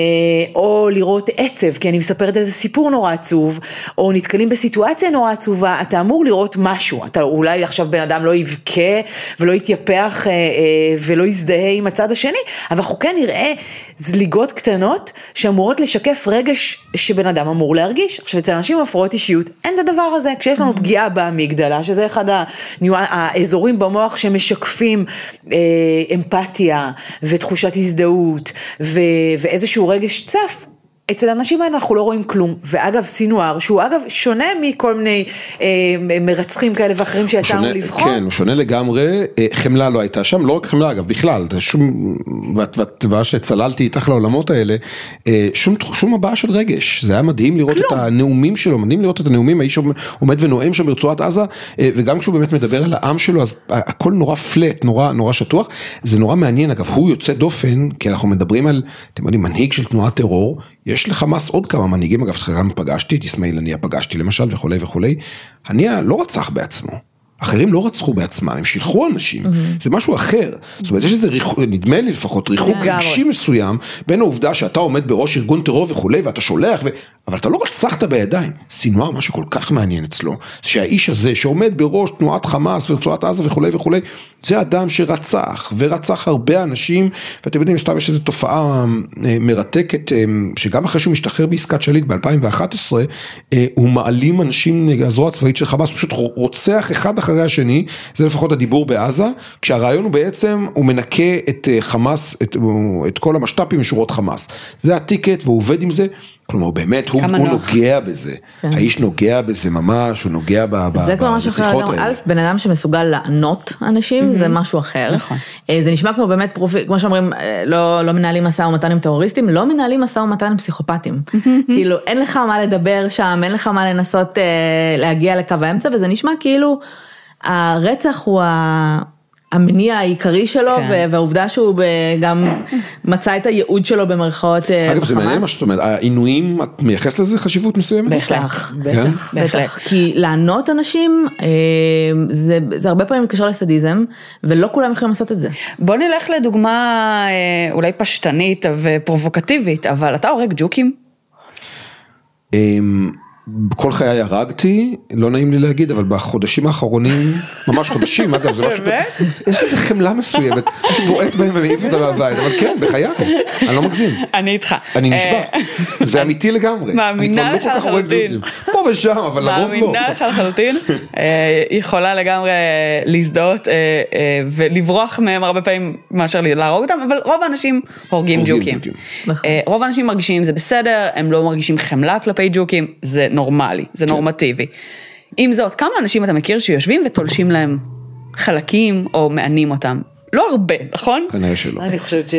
או לראות עצב, כי אני מספרת איזה סיפור נורא עצוב, או נתקלים בסיטואציה נורא עצובה, אתה אמור לראות משהו, אתה אולי עכשיו בן אדם לא יבכה, ולא יתייפח, ולא יזדהה עם הצד השני, אבל אנחנו כן נראה זליגות קטנות, שאמורות לשקף רגש שבן אדם אמור להרגיש. עכשיו, אצל אנשים עם הפרעות אישיות, אין את הדבר הזה, כשיש לנו פגיעה באמיגדלה, שזה אחד האזורים במוח שמשקפים אמפתיה, ותחושת הזדהות, ו... ואיזשהו רגש צף, אצל האנשים האלה אנחנו לא רואים כלום, ואגב סינואר, שהוא אגב שונה מכל מיני אה, מרצחים כאלה ואחרים שיצאנו לבחון. כן, הוא שונה לגמרי, חמלה לא הייתה שם, לא רק חמלה אגב, בכלל, שום, והתבעה שצללתי איתך לעולמות האלה, שום, שום הבעה של רגש, זה היה מדהים לראות כלום. את הנאומים שלו, מדהים לראות את הנאומים, האיש עומד ונואם שם ברצועת עזה, וגם כשהוא באמת מדבר על העם שלו, אז הכל נורא פלט, נורא, נורא שטוח, זה נורא מעניין, אגב, הוא יוצא דופן, כי אנחנו מדברים על, אתם יודעים, מנהיג של תנועת טרור, יש לחמאס עוד כמה מנהיגים, אגב, גם פגשתי, את אסמאעיל הנייה פגשתי למשל, וכו' וכו'. הנייה לא רצח בעצמו, אחרים לא רצחו בעצמם, הם שילחו אנשים, זה משהו אחר. זאת אומרת, יש איזה, נדמה לי לפחות, ריחוק רגשי מסוים, בין העובדה שאתה עומד בראש ארגון טרור וכו', ואתה שולח, אבל אתה לא רצחת בידיים. סינואר, מה שכל כך מעניין אצלו, שהאיש הזה שעומד בראש תנועת חמאס ורצועת עזה וכו' וכו', זה אדם שרצח, ורצח הרבה אנשים, ואתם יודעים, סתם יש איזו תופעה מרתקת, שגם אחרי שהוא משתחרר בעסקת שליט ב-אלפיים ואחת עשרה, הוא מעלים אנשים הזרוע הצבאית של חמאס, פשוט רוצח אחד אחרי השני, זה לפחות הדיבור בעזה, כשהרעיון הוא בעצם, הוא מנקה את חמאס, את, את כל המשת"פים משורות חמאס. זה הטיקט, והוא עובד עם זה, כלומר, באמת, הוא, הוא נוגע בזה. כן. האיש נוגע בזה ממש, הוא נוגע ברציחות האלה. זה כבר משהו אחר, א', בן אדם שמסוגל לענות אנשים, mm-hmm. זה משהו אחר. נכון. זה נשמע כמו באמת פרופיל, כמו שאומרים, לא, לא מנהלים מסע ומתן עם טרוריסטים, לא מנהלים מסע ומתן עם פסיכופטים. Mm-hmm. כאילו, אין לך מה לדבר שם, אין לך מה לנסות אה, להגיע לקו האמצע, וזה נשמע כאילו, הרצח הוא ה... המניע העיקרי שלו, כן. והעובדה שהוא גם מצא את הייעוד שלו במרכאות אגב, בחמאס. זה מעניין מה שאת אומרת, העינויים, את מייחס לזה חשיבות מסוימת? בטח, בטח, בטח. כי לענות אנשים, זה, זה הרבה פעמים מתקשר לסדיזם, ולא כולם יכולים לעשות את זה. בוא נלך לדוגמה אולי פשטנית ופרובוקטיבית, אבל אתה הורג ג'וקים? בכל חיי הרגתי, לא נעים לי להגיד, אבל בחודשים האחרונים, ממש חודשים, אגב, זה משהו, יש איזו חמלה מסוימת, אני בועט בהם ומעיף אותה מהבית, אבל כן, בחיי, אני לא מגזים. אני איתך. אני נשבע, זה אמיתי לגמרי. מאמינה לך לחלוטין. פה ושם, אבל לרוב לא. מאמינה לך לחלוטין, יכולה לגמרי להזדהות ולברוח מהם הרבה פעמים מאשר להרוג אותם, אבל רוב האנשים הורגים ג'וקים. רוב האנשים מרגישים זה בסדר, הם לא מרגישים חמלה כלפי ג'וקים, זה נורמלי, זה נורמטיבי. עם זאת, כמה אנשים אתה מכיר שיושבים ותולשים להם חלקים או מענים אותם? לא הרבה, נכון? כנראה שלא. אני חושבת ש...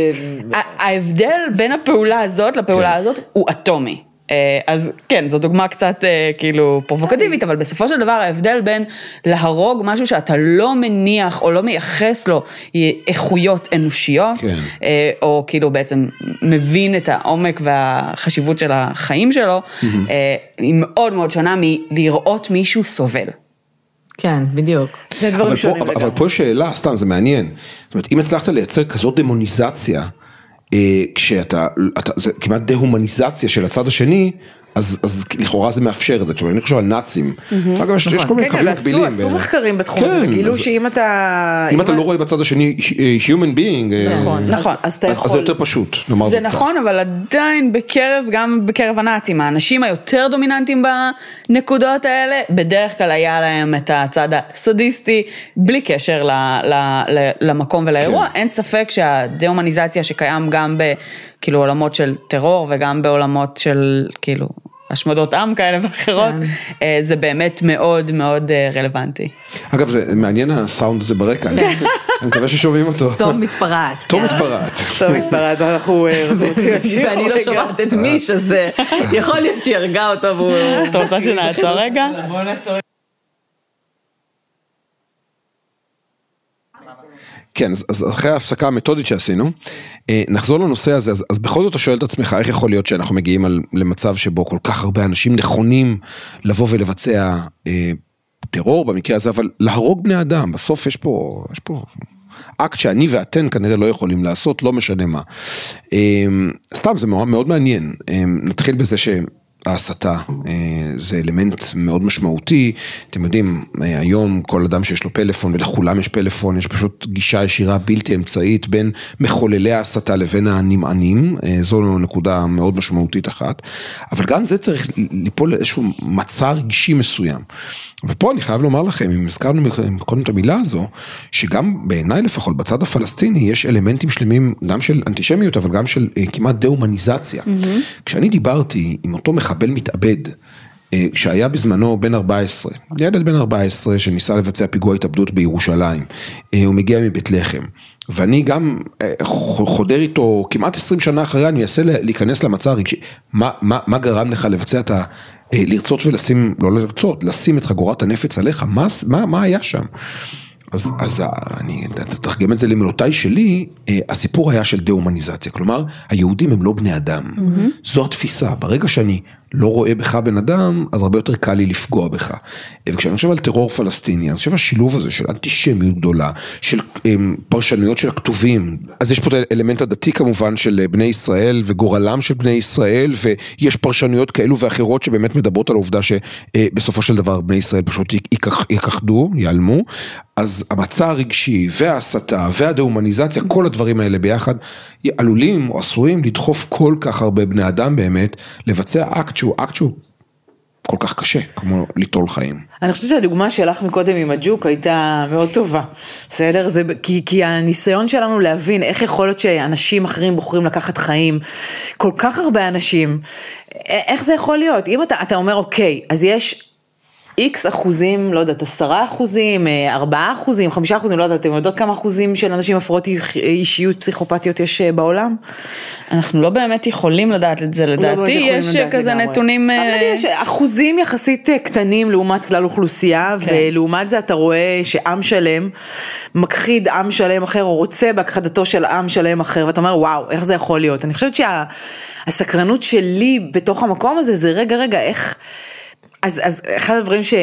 ההבדל בין הפעולה הזאת לפעולה הזאת הוא אטומי. אז כן, זו דוגמה קצת כאילו פרובוקטיבית, אבל בסופו של דבר ההבדל בין להרוג משהו שאתה לא מניח או לא מייחס לו איכויות אנושיות, או כאילו בעצם מבין את העומק והחשיבות של החיים שלו, היא מאוד מאוד שונה מלראות מישהו סובל. כן, בדיוק. שני דברים שונים. אבל פה שאלה, סתם, זה מעניין. זאת אומרת, אם הצלחת לייצר כזאת דמוניזציה, כשאתה, זה כמעט דה-הומניזציה של הצד השני, אז, אז לכאורה זה מאפשר את זה, אני חושב על נאצים, אגב, יש כל מיני קווים מקבילים. עשו מחקרים בתחום הזה, כאילו שאם אתה... אם אתה לא רואה בצד השני human being, נכון, נכון. אז זה יותר פשוט. זה נכון, אבל עדיין בקרב, גם בקרב הנאצים, האנשים היותר דומיננטיים בנקודות האלה, בדרך כלל היה להם את הצד הסדיסטי, בלי קשר למקום ולאירוע, אין ספק שהדה-הומניזציה שקיים גם ב... כאילו עולמות של טרור וגם בעולמות של כאילו השמדות עם כאלה ואחרות, זה באמת מאוד מאוד רלוונטי. אגב, זה מעניין הסאונד הזה ברקע, אני מקווה ששומעים אותו. תום מתפרעת. תום מתפרעת. תום מתפרעת, אנחנו רוצים להמשיך. ואני לא שומעת את מיש, אז יכול להיות שירגע אותו והוא... אתה רוצה שנעצור רגע? בוא נעצור רגע. כן, אז אחרי ההפסקה המתודית שעשינו, נחזור לנושא הזה, אז, אז בכל זאת אתה שואל את עצמך, איך יכול להיות שאנחנו מגיעים על, למצב שבו כל כך הרבה אנשים נכונים לבוא ולבצע אה, טרור במקרה הזה, אבל להרוג בני אדם, בסוף יש פה, יש פה אקט שאני ואתן כנראה לא יכולים לעשות, לא משנה מה. אה, סתם, זה מאוד, מאוד מעניין. אה, נתחיל בזה ש... ההסתה, זה אלמנט מאוד משמעותי, אתם יודעים, היום כל אדם שיש לו פלאפון, ולכולם יש פלאפון, יש פשוט גישה ישירה בלתי אמצעית, בין מחוללי ההסתה לבין הנמענים, זו נקודה מאוד משמעותית אחת, אבל גם זה צריך ליפול לאיזשהו מצע רגשי מסוים, ופה אני חייב לומר לכם, אם הזכרנו קודם את המילה הזו, שגם בעיניי לפחות בצד הפלסטיני, יש אלמנטים שלמים, גם של אנטישמיות, אבל גם של כמעט דה-הומניזציה. Mm-hmm. כשאני דיברתי עם אותו מחבל מתאבד, שהיה בזמנו בן ארבע עשרה, ילד בן ארבע עשרה שניסה לבצע פיגוע התאבדות בירושלים, הוא מגיע מבית לחם, ואני גם חודר איתו כמעט עשרים שנה אחרי, אני אעשה להיכנס למצע הרגשי, מה, מה, מה גרם לך לבצע את ה... לרצות ולשים, לא לרצות, לשים את חגורת הנפץ עליך, מה, מה, מה היה שם? אז, אז אני אתרגם את זה למילותיי שלי, הסיפור היה של דה-הומניזציה, כלומר, היהודים הם לא בני אדם, mm-hmm. זו התפיסה, ברגע שאני לא רואה בך בן אדם, אז הרבה יותר קל לי לפגוע בך, וכשאני חושב על טרור פלסטיני, אני חושב השילוב הזה של אנטישמיות גדולה, של פרשנויות של הכתובים, אז יש פה אלמנט הדתי כמובן של בני ישראל, וגורלם של בני ישראל, ויש פרשנויות כאלו ואחרות שבאמת מדברות על העובדה שבסופו של דבר בני ישראל פשוט ייכחדו, ייעלמו, אז המצע הרגשי וההסתה והדה-הומניזציה, כל הדברים האלה ביחד, עלולים או עשויים לדחוף כל כך הרבה בני אדם באמת, לבצע אקט שהוא אקט שהוא כל כך קשה, כמו ליטול חיים. אני חושבת שהדוגמה שלך מקודם עם הג'וק הייתה מאוד טובה, בסדר? זה, כי, כי הניסיון שלנו להבין איך יכול להיות שאנשים אחרים בוחרים לקחת חיים, כל כך הרבה אנשים, איך זה יכול להיות? אם אתה, אתה אומר, אוקיי, אז יש איקס אחוזים, לא יודעת, עשרה אחוזים, ארבעה אחוזים, חמישה אחוזים, לא יודעת, אתם יודעות כמה אחוזים של אנשים הפרעות אישיות פסיכופתיות יש בעולם? אנחנו לא באמת יכולים לדעת את זה, לדעתי יש כזה נתונים... אבל יש אחוזים יחסית קטנים לעומת כלל אוכלוסייה, ולעומת זה אתה רואה שעם שלם מכחיד עם שלם אחר, או רוצה בהכחדתו של עם שלם אחר, ואתה אומר, וואו, איך זה יכול להיות? אני חושבת שהסקרנות שלי בתוך המקום הזה, זה רגע, רגע, איך... אז, אז אחד הדברים ש,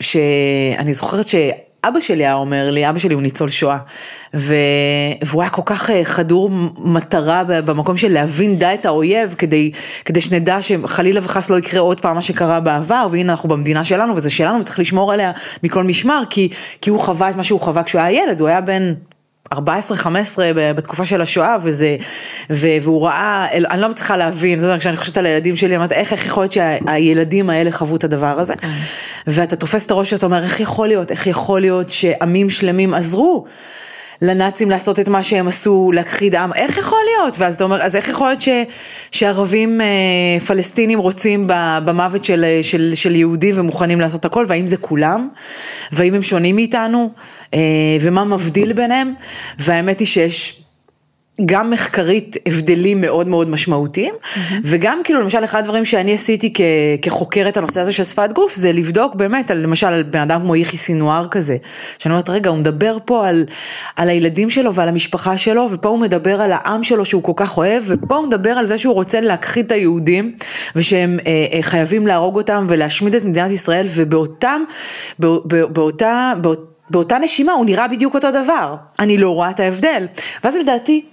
שאני זוכרת שאבא שלי היה אומר לי, אבא שלי הוא ניצול שואה, ו, והוא היה כל כך חדור מטרה במקום של להבין די את האויב, כדי, כדי שנדע שחלילה וחס לא יקרה עוד פעם מה שקרה בעבר, והנה אנחנו במדינה שלנו, וזה שלנו, וצריך לשמור עליה מכל משמר, כי, כי הוא חווה את מה שהוא חווה כשהוא היה ילד, הוא היה בן... ארבע עשרה חמש עשרה בתקופה של השואה, וזה, והוא ראה, אני לא מצליחה להבין, זאת אומרת, כשאני חושבת על הילדים שלי, אמרת, איך, איך יכול להיות שהילדים האלה חוו את הדבר הזה? ואתה תופס את הראש ואתה אומר, איך יכול להיות, איך יכול להיות שעמים שלמים עזרו לנאצים לעשות את מה שהם עשו, להכחיד עם, איך יכול להיות? ואז אתה אומר, אז איך יכול להיות ש, שערבים פלסטינים רוצים במוות של, של, של יהודים ומוכנים לעשות הכל, והאם זה כולם? והאם הם שונים מאיתנו? ומה מבדיל ביניהם? והאמת היא שיש גם מחקרית הבדלים מאוד מאוד משמעותיים, mm-hmm. וגם כאילו למשל אחד הדברים שאני עשיתי כ- כחוקרת הנושא הזה של שפת גוף, זה לבדוק באמת על, למשל על בן אדם כמו יחי סינואר כזה, שאני אומרת רגע הוא מדבר פה על, על הילדים שלו ועל המשפחה שלו, ופה הוא מדבר על העם שלו שהוא כל כך אוהב, ופה הוא מדבר על זה שהוא רוצה להכחיד את היהודים, ושהם אה, אה, חייבים להרוג אותם ולהשמיד את מדינת ישראל, ובאותם, בא, בא, באותה, בא, באותה נשימה הוא נראה בדיוק אותו דבר, אני לא רואה את ההבדל, ואז לדעתי,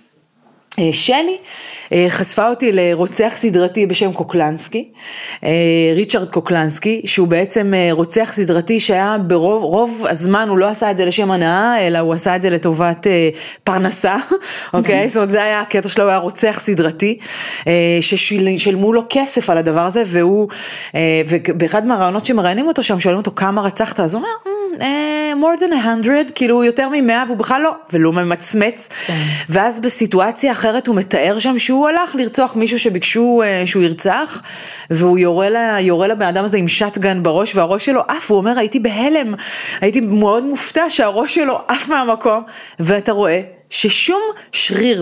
שלי חשפה אותי לרוצח סדרתי בשם קוקלנסקי, ריצ'רד קוקלנסקי, שהוא בעצם רוצח סדרתי שהיה ברוב רוב הזמן, הוא לא עשה את זה לשם הנאה, אלא הוא עשה את זה לטובת פרנסה, אוקיי? זאת אומרת, זה היה הקטע שלו, הוא היה רוצח סדרתי, ששילמו לו כסף על הדבר הזה, והוא, ובאחד מהרעיונות שמראיינים אותו שם, שואלים אותו כמה רצחת, אז הוא אומר, more than a hundred, כאילו יותר ממאה, והוא בכלל לא, ולא ממצמץ, ואז בסיטואציה אחרת הוא מתאר שם שהוא הלך לרצוח מישהו שביקשו שהוא ירצח, והוא יורה לה, יורה לבן אדם הזה עם שטגן בראש, והראש שלו אף, הוא אומר, הייתי בהלם, הייתי מאוד מופתע שהראש שלו אף מהמקום, ואתה רואה ששום שריר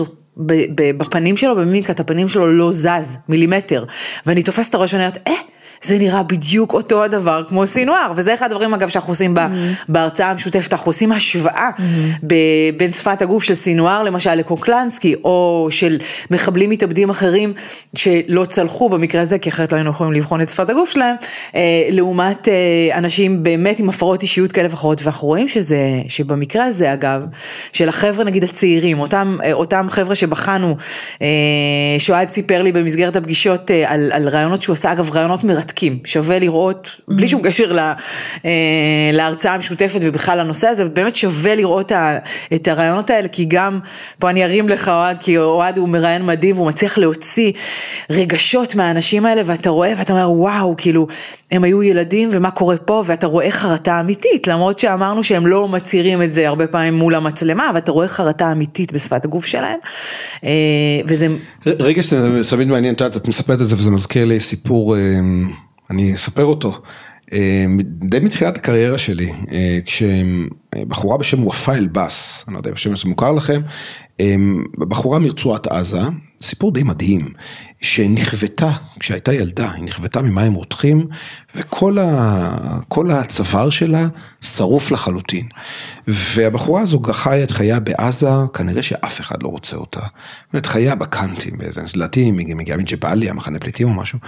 בפנים שלו, במיקת הפנים שלו לא זז מילימטר, ואני תופסת את הראש ואני אומרת, אה, זה נראה בדיוק אותו הדבר כמו סינואר, וזה אחד הדברים אגב שאנחנו עושים בהרצאה המשותפת, אנחנו עושים השוואה בין שפת הגוף של סינואר למשל לקוקלנסקי, או של מחבלים מתאבדים אחרים שלא צלחו במקרה הזה, כי אחרת לא היינו יכולים לבחון את שפת הגוף שלהם, לעומת אנשים באמת עם הפרעות אישיות כאלה ואחרות, ואנחנו רואים שזה, שבמקרה הזה אגב, של החבר'ה נגיד הצעירים, אותם, אותם חבר'ה שבחנו, שועד סיפר לי במסגרת הפגישות על, על רעיונות שהוא עשה, אגב רעיונות מרתקים, שווה לראות, בלי שום קשר לה, להרצאה המשותפת ובכלל לנושא הזה, באמת שווה לראות את הרעיונות האלה, כי גם, פה אני ארים לך אוהד, כי אוהד הוא מראיין מדהים, והוא מצליח להוציא רגשות מהאנשים האלה, ואתה רואה ואתה אומר, וואו, כאילו, הם היו ילדים ומה קורה פה, ואתה רואה חרטה אמיתית, למרות שאמרנו שהם לא מצהירים את זה הרבה פעמים מול המצלמה, ואתה רואה חרטה אמיתית בשפת הגוף שלהם, וזה... רגע שאתה תמיד מעניין, את מספרת את זה, וזה מזכיר לי סיפור... אני אספר אותו, די מתחילת הקריירה שלי, כשבחורה בשם ופא אלבאס, אני לא יודע, בשם זה מוכר לכם, בחורה מרצועת עזה, סיפור די מדהים, שנכוותה, כשהייתה ילדה, היא נכוותה ממים רותחים, וכל ה, כל הצוואר שלה שרוף לחלוטין. והבחורה הזו חיה את חיה בעזה, כנראה שאף אחד לא רוצה אותה. זאת חיה בקנטים, באיזה נזלתי, מגיעה מג'באליה, מחנה פליטים או משהו.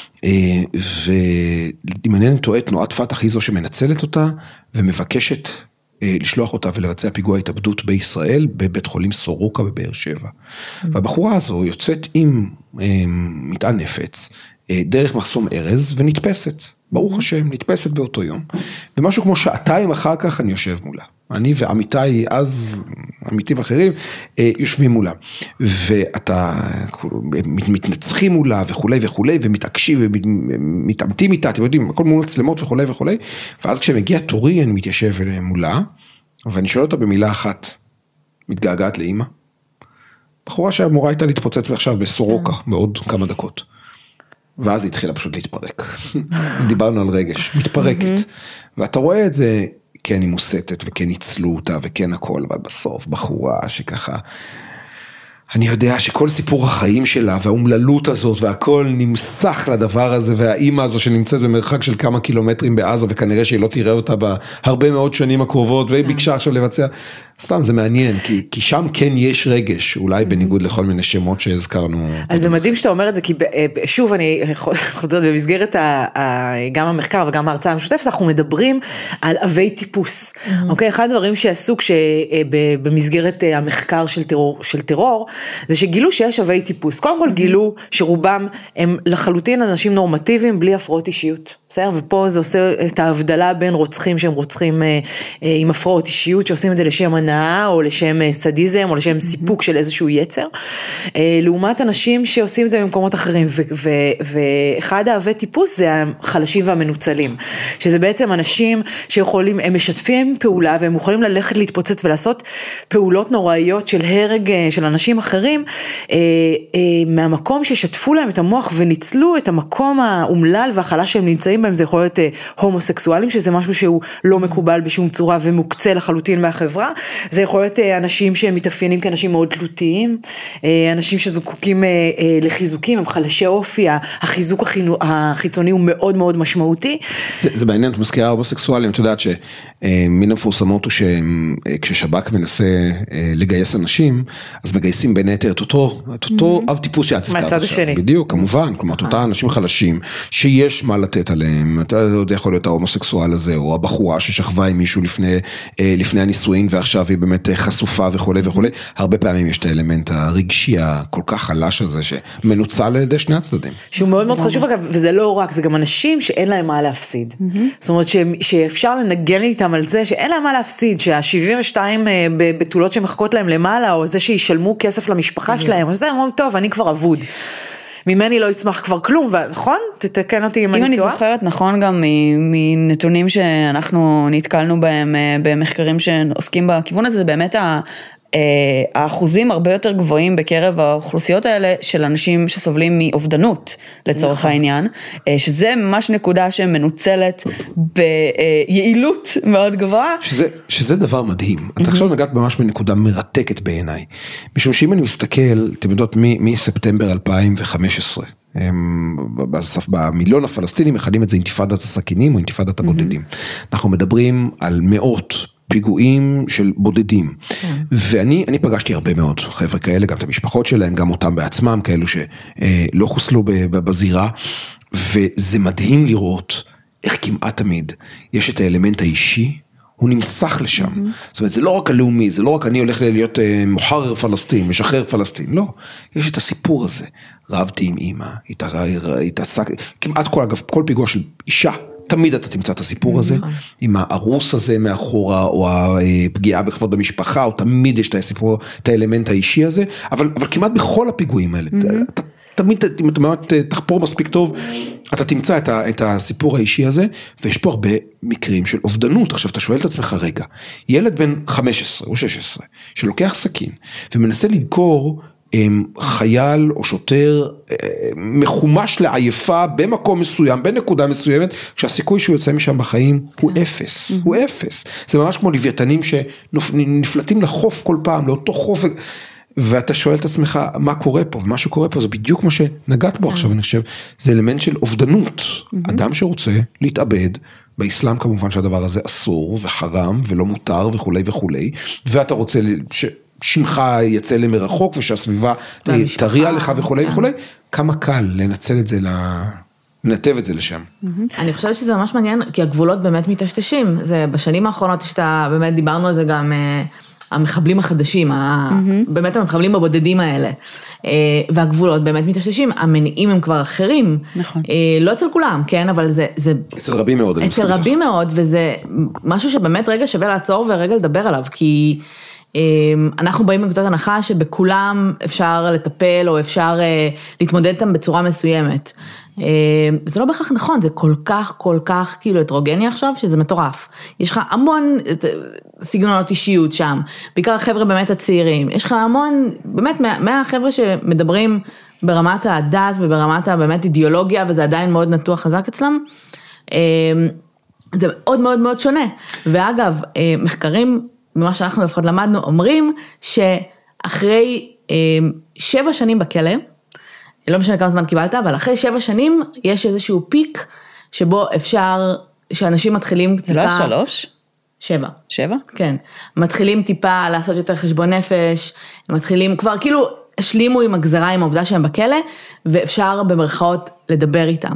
ואם אינני טועה, תנועת פתח היא זו שמנצלת אותה, ומבקשת לשלוח אותה ולבצע פיגוע התאבדות בישראל, בבית חולים סורוקה בבאר שבע. והבחורה הזו יוצאת עם מטען נפץ, דרך מחסום ארז, ונתפסת ברוך השם, נתפסת באותו יום, ומשהו כמו שעתיים אחר כך אני יושב מולה. אני ועמיתי, אז עמיתים אחרים, יושבים מולה. ואתה מתנצחים מולה וכולי וכולי, ומתעקשים ומתעמתים איתה, אתם יודעים, הכל מול מצלמות וכולי וכולי, ואז כשמגיע תורי, אני מתיישב מולה, ואני שואל אותה במילה אחת, מתגעגעת לאמא. בחורה שהמורה הייתה להתפוצץ עכשיו בסורוקה, בעוד כמה דקות. ואז היא התחילה פשוט להתפרק. דיברנו על רגש, מתפרקת. ואתה רואה את זה, כן היא מוסתת, וכן ניצלו אותה, וכן הכל, אבל בסוף בחורה שככה, אני יודע שכל סיפור החיים שלה, והאומללות הזאת, והכל נמסך לדבר הזה, והאימא הזו שנמצאת במרחק של כמה קילומטרים בעזה, וכנראה שהיא לא תראה אותה בהרבה מאוד שנים הקרובות, והיא ביקשה עכשיו לבצע, סתם זה מעניין, כי, כי שם כן יש רגש, אולי בניגוד לכל מיני שמות שהזכרנו. אז זה מדהים שאתה אומר את זה, כי שוב אני חוזרת במסגרת גם המחקר וגם ההרצאה המשותפת, אנחנו מדברים על אבי טיפוס, אוקיי? אחד הדברים שעשו במסגרת המחקר של טרור, של טרור, זה שגילו שיש אבי טיפוס, קודם כל גילו שרובם הם לחלוטין אנשים נורמטיביים בלי הפרעות אישיות, בסדר? ופה זה עושה את ההבדלה בין רוצחים שהם רוצחים עם הפרעות אישיות, שעושים את זה לשם הנאה, או לשם סדיזם, או לשם סיפוק של איזשהו יצר, לעומת אנשים שעושים את זה במקומות אחרים, ואחד האבי טיפוס זה החלשים והמנוצלים, שזה בעצם אנשים שיכולים, הם משתפים פעולה, והם יכולים ללכת להתפוצץ ולעשות פעולות נוראיות של הרג של אנשים אחרים, מהמקום ששתפו להם את המוח וניצלו את המקום האומלל והחלש שהם נמצאים בהם, זה יכול להיות הומוסקסואלים, שזה משהו שהוא לא מקובל בשום צורה ומוקצה לחלוטין מהחברה, זה יכול להיות אנשים שהם מתאפיינים כאנשים מאוד תלותיים, אנשים שזקוקים לחיזוקים, הם חלשי אופי, החיזוק החיצוני הוא מאוד מאוד משמעותי. זה, זה בעניין, את מזכירה הומוסקסואלים, את יודעת שמן המפורסמות הוא שכששב"כ מנסה לגייס אנשים, אז מגייסים בין היתר את אותו, את אותו אב טיפוס שאת הזכרת מהצד השני. בדיוק, כמובן, כלומר, את אותה אנשים חלשים, שיש מה לתת עליהם, אתה יודע, יכול להיות ההומוסקסואל הזה, או הבחורה ששכבה עם מישהו לפני, לפני הנישואין, ועכשיו היא באמת חשופה וכו' וכו'. הרבה פעמים יש את האלמנט הרגשי הכל כך חלש הזה, שמנוצל על ידי שני הצדדים. שהוא מאוד מאוד חשוב, אגב, וזה לא רק, זה גם אנשים שאין להם מה להפסיד. זאת אומרת, שאפשר לנגן איתם על זה, שאין להם מה להפסיד, שה-שבעים ושתיים בתולות שמחכות להם למעלה, או זה שישלמו כסף למשפחה שלהם, או זה, הם אומרים, טוב, אני כבר אבוד. ממני לא יצמח כבר כלום, נכון? תתקן אותי אם אני טועה. אם אני זוכרת, נכון גם מנתונים שאנחנו נתקלנו בהם, במחקרים שעוסקים בכיוון הזה, זה באמת האחוזים הרבה יותר גבוהים בקרב האוכלוסיות האלה של אנשים שסובלים מאובדנות לצורך העניין, שזה ממש נקודה שמנוצלת ביעילות מאוד גבוהה. שזה, שזה דבר מדהים. אתה עכשיו נגעת ממש בנקודה מרתקת בעיניי. משום שאם אני מסתכל, אתם יודעות, מספטמבר אלפיים וחמש עשרה, במיליון הפלסטינים מכנים את זה אינתיפאדת הסכינים או אינתיפאדת הבודדים. אנחנו מדברים על מאות פיגועים של בודדים, ואני אני פגשתי הרבה מאוד חבר'ה כאלה, גם את המשפחות שלהם, גם אותם בעצמם, כאלו שלא חוסלו בזירה, וזה מדהים לראות איך כמעט תמיד יש את האלמנט האישי, הוא נמסך לשם. זאת אומרת, זה לא רק הלאומי, זה לא רק אני הולך להיות מוחרר פלסטין, משחרר פלסטין, לא. יש את הסיפור הזה. רבתי עם אמא, התעסק, כמעט כל, אגב, כל פיגוע של אישה, תמיד אתה תמצא את הסיפור הזה, עם הארוס הזה מאחורה, או הפגיעה בכבוד המשפחה, או תמיד יש את הסיפור, את האלמנט האישי הזה, אבל, אבל כמעט בכל הפיגועים האלה, אתה תמיד, אם אתה באמת תחפור מספיק טוב, אתה תמצא את, ה, את הסיפור האישי הזה, ויש פה הרבה מקרים של אובדנות. עכשיו אתה שואל את עצמך רגע, ילד בן חמש עשרה או שש עשרה, שלוקח סכין, ומנסה לדקור חייל או שוטר מחומש לעייפה במקום מסוים, בנקודה מסוימת, שהסיכוי שהוא יוצא משם בחיים הוא אפס, הוא אפס. זה ממש כמו לוויתנים שנפלטים לחוף כל פעם, לאותו חוף, ואתה שואל את עצמך מה קורה פה, ומה שקורה פה זה בדיוק מה שנגעת בו עכשיו, אני חושב, זה אלמנט של אובדנות. אדם שרוצה להתאבד, באסלאם כמובן שהדבר הזה אסור וחרם ולא מותר וכו' וכו', ואתה רוצה ש... שמך יצא למרחוק, ושהסביבה תריע לך וכו' וכו', כמה קל לנצל את זה, לנתב את זה לשם. אני חושבת שזה ממש מעניין, כי הגבולות באמת מתשתשים, זה בשנים האחרונות שאתה, באמת דיברנו על זה גם המחבלים החדשים, באמת המחבלים הבודדים האלה, והגבולות באמת מתששים, המניעים הם כבר אחרים, נכון. לא אצל כולם, כן, אבל זה... אצל רבים מאוד. אצל רבים מאוד, וזה משהו שבאמת רגע שווה לעצור ורגע לדבר עליו, כי אנחנו באים מנקודת הנחה שבכולם אפשר לטפל, או אפשר להתמודד איתם בצורה מסוימת. זה לא בהכרח נכון, זה כל כך, כל כך כאילו הטרוגני עכשיו, שזה מטורף. יש לך המון סגנונות אישיות שם, בעיקר החבר'ה באמת הצעירים. יש לך המון, באמת, מהחבר'ה שמדברים ברמת הדת וברמת הבאמת אידיאולוגיה, וזה עדיין מאוד נטוע חזק אצלם. זה מאוד מאוד מאוד שונה. ואגב, מחקרים, במה שאנחנו לפחות למדנו, אומרים שאחרי שבע שנים בכלא, לא משנה כמה זמן קיבלת, אבל אחרי שבע שנים יש איזשהו פיק, שבו אפשר, שאנשים מתחילים טיפה... זה לא היה שלוש? שבע. שבע? כן. מתחילים טיפה לעשות יותר חשבון נפש, הם מתחילים, כבר כאילו השלימו עם הגזרה, עם העובדה שהם בכלא, ואפשר במרכאות לדבר איתם.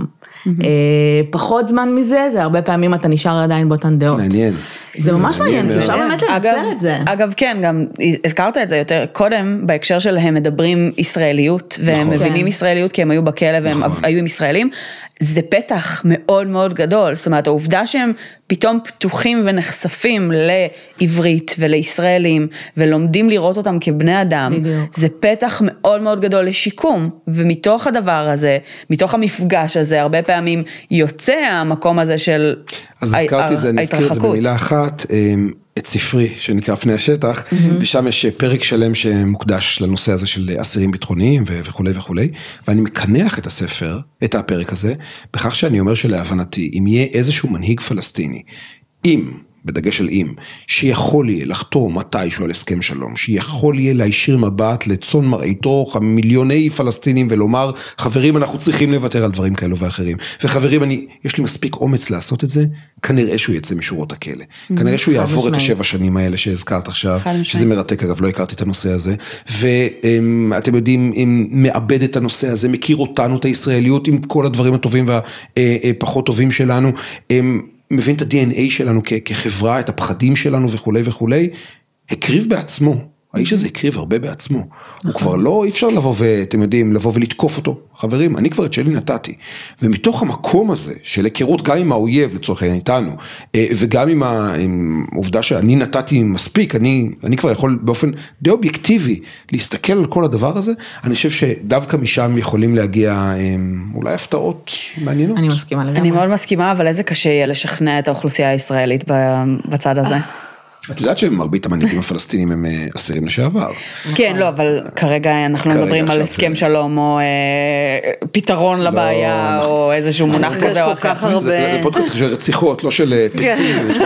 פחות זמן מזה, זה הרבה פעמים אתה נשאר עדיין באותן דעות. מעניין. זה ממש מעניין, כי אפשר באמת לנצל את זה. אגב, כן, גם הזכרת את זה יותר קודם, בהקשר שלהם מדברים ישראליות, והם מבינים ישראליות כי הם היו בכלא והם היו עם ישראלים, זה פתח מאוד מאוד גדול, זאת אומרת, העובדה שהם פתאום פתוחים ונחשפים לעברית ולישראלים, ולומדים לראות אותם כבני אדם, זה פתח מאוד מאוד גדול לשיקום, ומתוך הדבר הזה, מתוך המפגש הזה, הרבה פעמים יוצא המקום הזה של ההתרחקות. אז הזכרתי את זה, אני אזכיר את זה במילה אחת, את ספרי שנקרא פני השטח, ושם יש פרק שלם שמוקדש לנושא הזה של אסירים ביטחוניים וכו' וכו', ואני מקנח את הספר, את הפרק הזה, בכך שאני אומר שלהבנתי, אם יהיה איזשהו מנהיג פלסטיני, אם, בדגש על אם, שיכול יהיה לחתום מתישהו על הסכם שלום, שיכול יהיה להישיר מבט לצאן מראיתו מיליוני פלסטינים ולומר, חברים, אנחנו צריכים לוותר על דברים כאלו ואחרים. וחברים, אני, יש לי מספיק אומץ לעשות את זה, כנראה שהוא יצא משורות הכלא. כנראה שהוא יעבור את השבע שנים האלה שהזכרת עכשיו, שזה מרתק, אגב, לא הכרתי את הנושא הזה. ואתם יודעים, אם מאבד את הנושא הזה, מכיר אותנו, את הישראליות, עם כל הדברים הטובים והפחות טובים שלנו, מבין את ה-די אן איי שלנו כחברה, את הפחדים שלנו וכו' וכו', הקריב בעצמו, האיש הזה הקריב הרבה בעצמו, הוא כבר לא, אי אפשר לבוא ואתם יודעים, לבוא ולתקוף אותו, חברים, אני כבר את שלי נתתי, ומתוך המקום הזה, של היכרות גם עם האויב לצורך העניין איתנו, וגם עם העובדה שאני נתתי מספיק, אני, אני כבר יכול באופן די אובייקטיבי, להסתכל על כל הדבר הזה, אני חושב שדווקא משם יכולים להגיע, אולי הפתעות מעניינות. אני מסכימה לגמרי. אני מאוד מסכימה, אבל איזה קשה יהיה לשכנע את האוכלוסייה הישראלית בצד הזה. את יודעת שמרבית המנהיגים הפלסטינים הם אסירים לשעבר. כן, לא, אבל כרגע אנחנו מדברים על הסכם שלום, או פתרון לבעיה, או איזשהו מונח כזה או אחר. זה פודקאסט של רציחות, לא של פסימיות.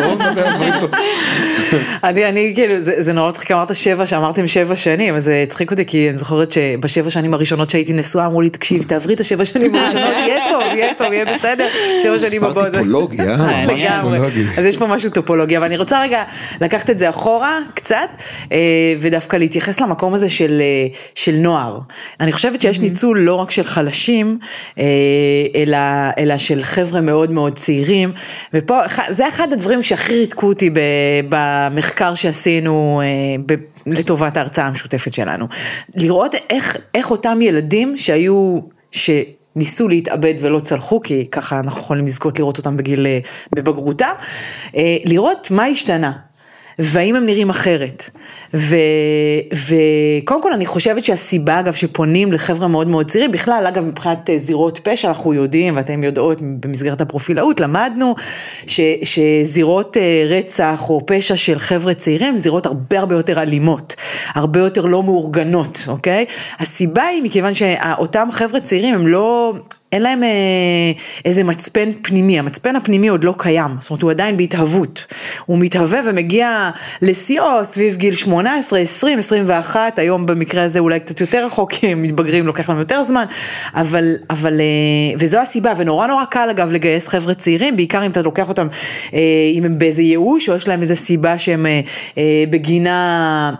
אני כאילו, זה נורא צחיק, אמרת שבע, שאמרתם שבע שנים, אז זה צחיק אותי, כי אני זוכרת שבשבע שנים הראשונות שהייתי נשואה, אמרו לי, תקשיב, תעברי את השבע שנים הראשונות, יהיה טוב, יהיה טוב, יהיה בסדר, שבע שנים הבאות. ספר טיפולוגי, אה? ממש טיפולוגי. אז יש פה משהו טיפולוגיה, ואני רוצה רגע לקחת את זה אחורה קצת, ודווקא להתייחס למקום הזה של, של נוער. אני חושבת שיש ניצול לא רק של חלשים, אלא, אלא של חבר'ה מאוד מאוד צעירים, ופה, זה אחד הדברים שהכי ריתקו אותי במחקר שעשינו לטובת ההרצאה המשותפת שלנו. לראות איך, איך אותם ילדים שהיו, ש... ניסו להתאבד ולא צלחו, כי ככה אנחנו יכולים לזכות לראות אותם בגיל, בבגרותם, לראות מה השתנה. והאם הם נראים אחרת, ו, וקודם כל אני חושבת שהסיבה אגב שפונים לחבר'ה מאוד מאוד צעירים, בכלל אגב מבחינת זירות פשע אנחנו יודעים, ואתם יודעות במסגרת הפרופילאות, למדנו ש, שזירות רצח או פשע של חבר'ה צעירים, זירות הרבה הרבה יותר אלימות, הרבה יותר לא מאורגנות, אוקיי? הסיבה היא מכיוון שאותם חבר'ה צעירים הם לא... אין להם איזה מצפן פנימי, המצפן הפנימי עוד לא קיים, זאת אומרת הוא עדיין בהתהוות, הוא מתהווה ומגיע לסיוע סביב גיל שמונה עשרה, עשרים, עשרים ואחת, היום במקרה הזה אולי קצת יותר רחוק, כי הם מתבגרים, לוקח להם יותר זמן, אבל, אבל, וזו הסיבה, ונורא נורא קל אגב לגייס חבר'ה צעירים, בעיקר אם אתה לוקח אותם, אם הם באיזה ייאוש, או יש להם איזה סיבה שהם בגינה,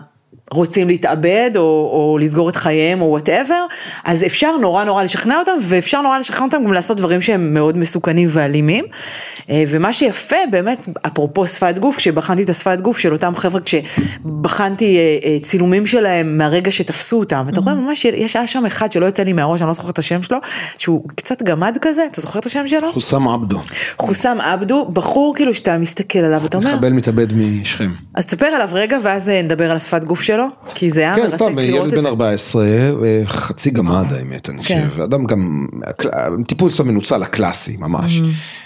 רוצים להתאבד, או, או לסגור את חייהם, או whatever, אז אפשר נורא נורא לשכנע אותם, ואפשר נורא לשכנע אותם גם לעשות דברים שהם מאוד מסוכנים ואלימים, ומה שיפה באמת, אפרופו שפת גוף, כשבחנתי את השפת גוף של אותם חבר'ה, כשבחנתי צילומים שלהם מהרגע שתפסו אותם, אתה רואה ממש, יש שם אחד שלא יצא לי מהראש, אני לא זוכר את השם שלו, שהוא קצת גמד כזה, אתה זוכר את השם שלו? חוסם עבדו. חוסם עבדו, בחור כאילו שאתה מסתכל עליו, אתה אומר... מחבל מתאבד משכם. אז תספר עליו רגע, ואז נדבר על השפת גוף שלו, כי זה היה מרתק לראות את זה. כן, סתם, ילד בן ארבע עשרה, חצי גמד האמת, אני חושב, אדם גם, טיפול סתם מנוצל הקלאסי, ממש,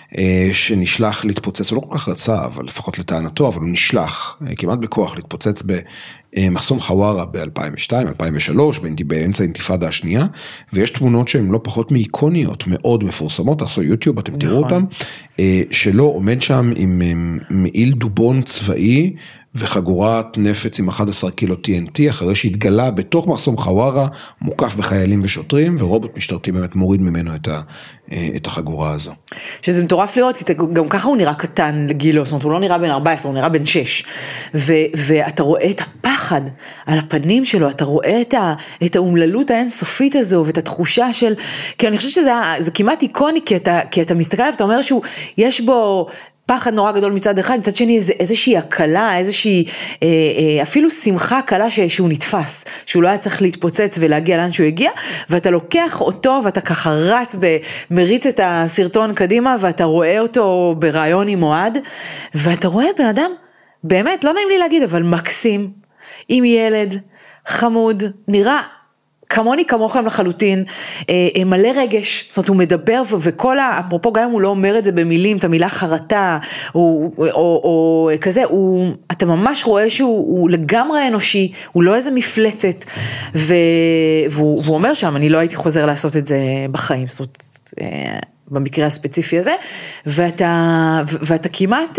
שנשלח להתפוצץ, הוא לא כל כך רצה, אבל לפחות לטענתו, אבל הוא נשלח, כמעט בכוח, להתפוצץ במחסום חווארה ב-אלפיים ושתיים, אלפיים ושלוש, באמצע האינתיפאדה השנייה, ויש תמונות שהן לא פחות מאיקוניות, מאוד מפורסמות, תעשו יוטיוב, אתם תראו אותם, שלא עומד שם עם מעיל דובון צבאי, וחגורת נפץ עם אחד עשר קילו טי אן טי, אחרי שהתגלה בתוך מחסום חווארה, מוקף בחיילים ושוטרים, ורובוט משטרתי באמת מוריד ממנו את, ה, את החגורה הזו. שזה מטורף לראות, כי גם ככה הוא נראה קטן לגילו, זאת אומרת, הוא לא נראה בן ארבע עשרה, הוא נראה בן שש, ו, ואתה רואה את הפחד על הפנים שלו, אתה רואה את, ה, את האומללות האינסופית הזו, ואת התחושה של, כי אני חושבת שזה זה כמעט איקוני, כי אתה, כי אתה מסתכל עליו, אתה אומר שהוא, יש בו, פחד נורא גדול מצד אחד, מצד שני איז, איזושהי הקלה, איזושהי אה, אה, אפילו שמחה קלה ש, שהוא נתפס, שהוא לא היה צריך להתפוצץ ולהגיע לאן שהוא הגיע, ואתה לוקח אותו ואתה ככה רץ, מריץ את הסרטון קדימה, ואתה רואה אותו ברעיון עם מועד, ואתה רואה בן אדם, באמת, לא נעים לי להגיד, אבל מקסים, עם ילד, חמוד, נראה, כמוני כמוכם לחלוטין, מלא רגש, זאת אומרת הוא מדבר וכל, אפרופו גם אם הוא לא אומר את זה במילים, את המילה חרטה, או, או, או כזה, הוא, אתה ממש רואה שהוא לגמרי אנושי, הוא לא איזה מפלצת, ו, והוא, והוא אומר שם, אני לא הייתי חוזר לעשות את זה בחיים, זאת אומרת, במקרה הספציפי הזה, ואתה, ואתה כמעט...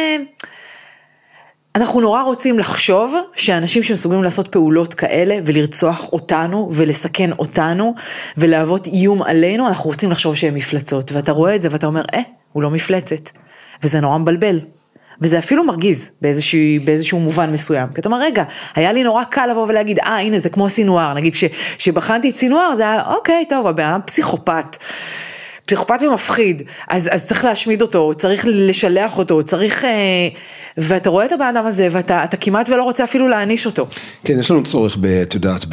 אנחנו נורא רוצים לחשוב שאנשים שמסוגלים לעשות פעולות כאלה ולרצוח אותנו ולסכן אותנו ולהוות איום עלינו, אנחנו רוצים לחשוב שהם מפלצות, ואתה רואה את זה ואתה אומר, אה, הוא לא מפלצת, וזה נורא מבלבל, וזה אפילו מרגיז באיזשהו, באיזשהו מובן מסוים, כי אתה אומר, רגע, היה לי נורא קל לבוא ולהגיד, אה, הנה זה כמו סינואר, נגיד ש, שבחנתי את סינואר, זה היה, אוקיי, טוב, הבן אדם פסיכופת, פסיכופת ומפחיד, אז, אז צריך להשמיד אותו, צריך לשלח אותו, צריך, ואתה רואה את הבן אדם הזה, ואתה אתה כמעט ולא רוצה אפילו להעניש אותו. כן, יש לנו צורך, את יודעת,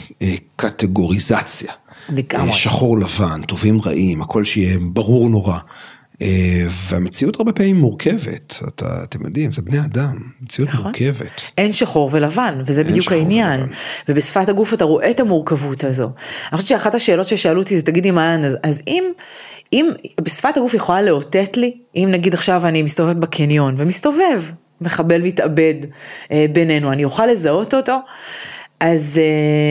בקטגוריזציה. לגמרי. שחור לבן, טובים רעים, הכל שיהיה ברור נורא. והמציאות הרבה פעמים מורכבת, אתה, אתם יודעים, זה בני אדם, מציאות נכון. מורכבת. אין שחור ולבן, וזה בדיוק העניין, ולבן. ובשפת הגוף אתה רואה את המורכבות הזו. אני חושבת שאחת השאלות ששאלו אותי, זה תגידי מעיין, אז, אז אם, אם בשפת הגוף יכולה לאותת לי, אם נגיד עכשיו אני מסתובבת בקניון, ומסתובב, מחבל מתאבד אה, בינינו, אני אוכל לזהות אותו, אז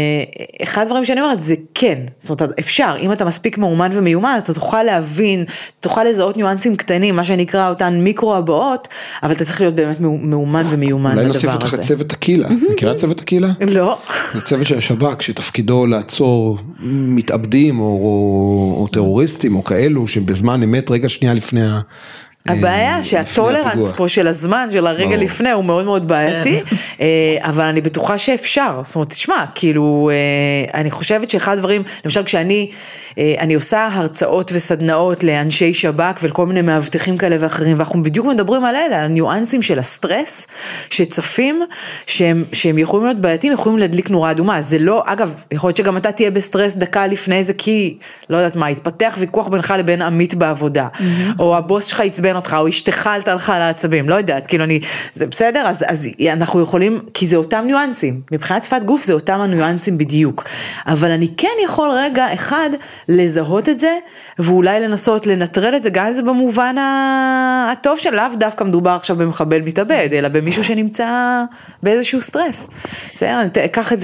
אחד הדברים שאני אומרת זה כן, זאת אומרת אפשר, אם אתה מספיק מאומן ומיומן, אתה תוכל להבין, תוכל לזהות ניואנסים קטנים, מה שנקרא אותן מיקרו הבאות, אבל אתה צריך להיות באמת מאומן ומיומן בדבר הזה. אולי נוסיף אותך צוות הקהילה, מכירה צוות הקהילה? לא. זה צוות של השב"כ, שתפקידו לעצור מתאבדים או טרוריסטים או כאלו, שבזמן אמת רגע שנייה לפני ה... הבעיה שהטולרנס פה של הזמן, של הרגע לפני, הוא מאוד מאוד בעייתי, אבל אני בטוחה שאפשר, זאת אומרת, תשמע, כאילו, אני חושבת שאחד הדברים, למשל כשאני, אני עושה הרצאות וסדנאות לאנשי שב"כ ולכל מיני מאבטחים כאלה ואחרים, ואנחנו בדיוק מדברים על אלה, על הניואנסים של הסטרס, שצפים, שהם, שהם יכולים להיות בעייתים, יכולים להדליק נורה אדומה, זה לא, אגב, יכול להיות שגם אתה תהיה בסטרס דקה לפני זה, כי, לא יודעת מה, התפתח ויכוח בינך לבין עמית בעבודה, או הבוס שלך יצבן אותך, או אשתך עלתה לך על העצבים, לא יודעת, כאילו אני, זה בסדר, אז, אז אנחנו יכולים, כי זה אותם ניואנסים, מבחינת שפת גוף זה אותם הניואנסים בדיוק, אבל אני כן יכול רגע אחד לזהות את זה, ואולי לנסות לנטרל את זה, גם אם זה במובן הטוב של לאו דווקא מדובר עכשיו במחבל מתאבד, אלא במישהו שנמצא באיזשהו סטרס, בסדר, אני אקח את זה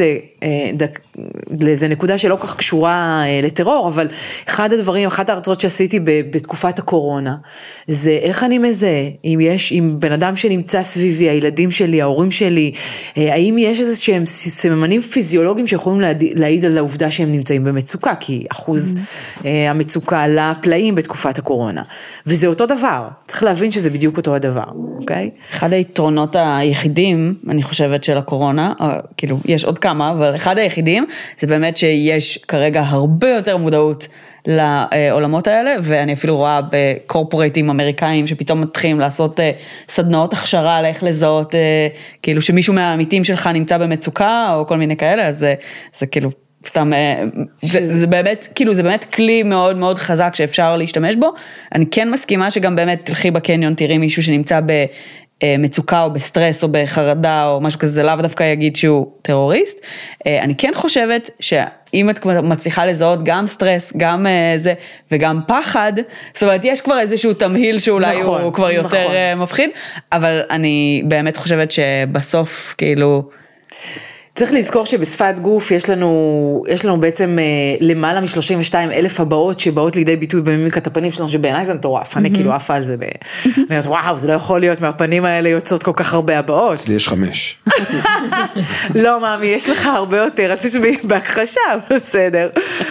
לאיזו נקודה שלא כך קשורה לטרור, אבל אחד הדברים, אחת ההרצאות שעשיתי בתקופת הקורונה, זה איך אני מזהה, אם יש, אם בן אדם שנמצא סביבי, הילדים שלי, ההורים שלי, האם יש איזה שהם סממנים פיזיולוגיים שיכולים להעיד על העובדה שהם נמצאים במצוקה, כי אחוז המצוקה עלה פלאים בתקופת הקורונה, וזה אותו דבר, צריך להבין שזה בדיוק אותו הדבר, אוקיי? אחד היתרונות היחידים, אני חושבת, של הקורונה, כאילו, יש עוד כמה, אבל אחד היחידים, זה באמת שיש כרגע הרבה יותר מודעות לעולמות האלה, ואני אפילו רואה בקורפורטים אמריקאים, שפתאום מתחילים לעשות סדנאות הכשרה על איך לזהות, כאילו שמישהו מהעמיתים שלך נמצא במצוקה, או כל מיני כאלה, אז זה, זה כאילו, סתם, זה, זה באמת, כאילו, זה באמת כלי מאוד מאוד חזק שאפשר להשתמש בו. אני כן מסכימה שגם באמת תלכי בקניון, תראי מישהו שנמצא במצוקה או בסטרס או בחרדה או משהו כזה, זה לאו דווקא יגיד שהוא טרוריסט. אני כן חושבת שאם את מצליחה לזהות גם סטרס, גם זה, וגם פחד, זאת אומרת, יש כבר איזשהו תמהיל שאולי נכון, הוא כבר יותר נכון. מפחיד, אבל אני באמת חושבת שבסוף, כאילו, צריך לזכור שבשפת גוף יש לנו, יש לנו בעצם למעלה מ-שלושים ושתיים אלף הבאות שבאות לידי ביטוי במימיקת הפנים שלנו, שבעיניי זה מטורף, אני כאילו עפה על זה, וואו, זה לא יכול להיות, מהפנים האלה יוצאות כל כך הרבה הבאות. אצלי יש חמש. לא, מאמי, יש לך הרבה יותר, את פשוט בהכחשה, בסדר.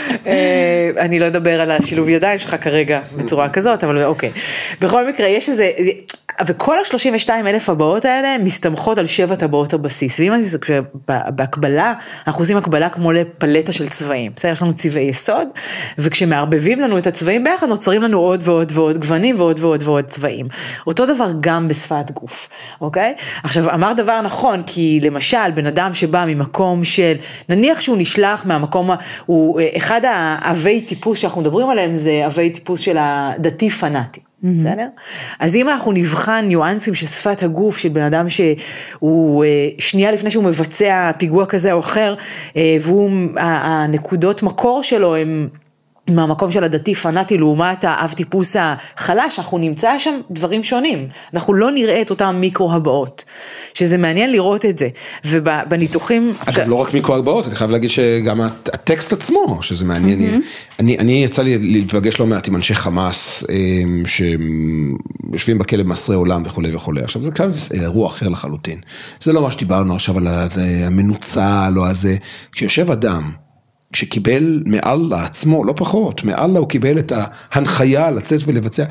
אני לא אדבר על השילוב ידיים שלך כרגע בצורה כזאת, אבל אוקיי. בכל מקרה, יש איזה, וכל ה-שלושים ושתיים אלף הבאות האלה מסתמכות על שבעת הבאות הבסיס, ואם אני בהקבלה, אנחנו עושים הקבלה כמו לפלטה של צבעים, בסדר, יש לנו צבעי יסוד, וכשמערבבים לנו את הצבעים ביחד, נוצרים לנו עוד ועוד ועוד גוונים, ועוד ועוד ועוד צבעים. אותו דבר גם בשפת גוף, אוקיי? עכשיו, אמר דבר נכון, כי למשל, בן אדם שבא ממקום של, נניח שהוא נשלח מהמקום, הוא, אחד האבי טיפוס שאנחנו מדברים עליהם, זה אבי טיפוס של הדתי פנאטי. בסדר? אז אם אנחנו נבחן ניואנסים של שפת הגוף של בן אדם שהוא שנייה לפני שהוא מבצע פיגוע כזה או אחר, והוא, הנקודות מקור שלו הם מהמקום של הדתי פנאטי לעומת האב טיפוס החלש, אנחנו נמצא שם דברים שונים, אנחנו לא נראה את אותם מיקרו הבאות, שזה מעניין לראות את זה, ובניתוחים... אגב, לא רק מיקרו הבאות, אני חייב להגיד שגם הטקסט עצמו, שזה מעניין, אני, אני יצא לי להתפגש לא מעט עם אנשי חמאס, שיושבים בכלא מסרי עולם וכו' וכו', עכשיו זה כאן אירוע אחר לחלוטין, זה לא מה שדיברנו עכשיו על המנוצה, לא הזה, כשיושב אדם, כשקיבל מעל לעצמו, לא פחות, מעל לה הוא קיבל את ההנחיה לצאת ולבצע,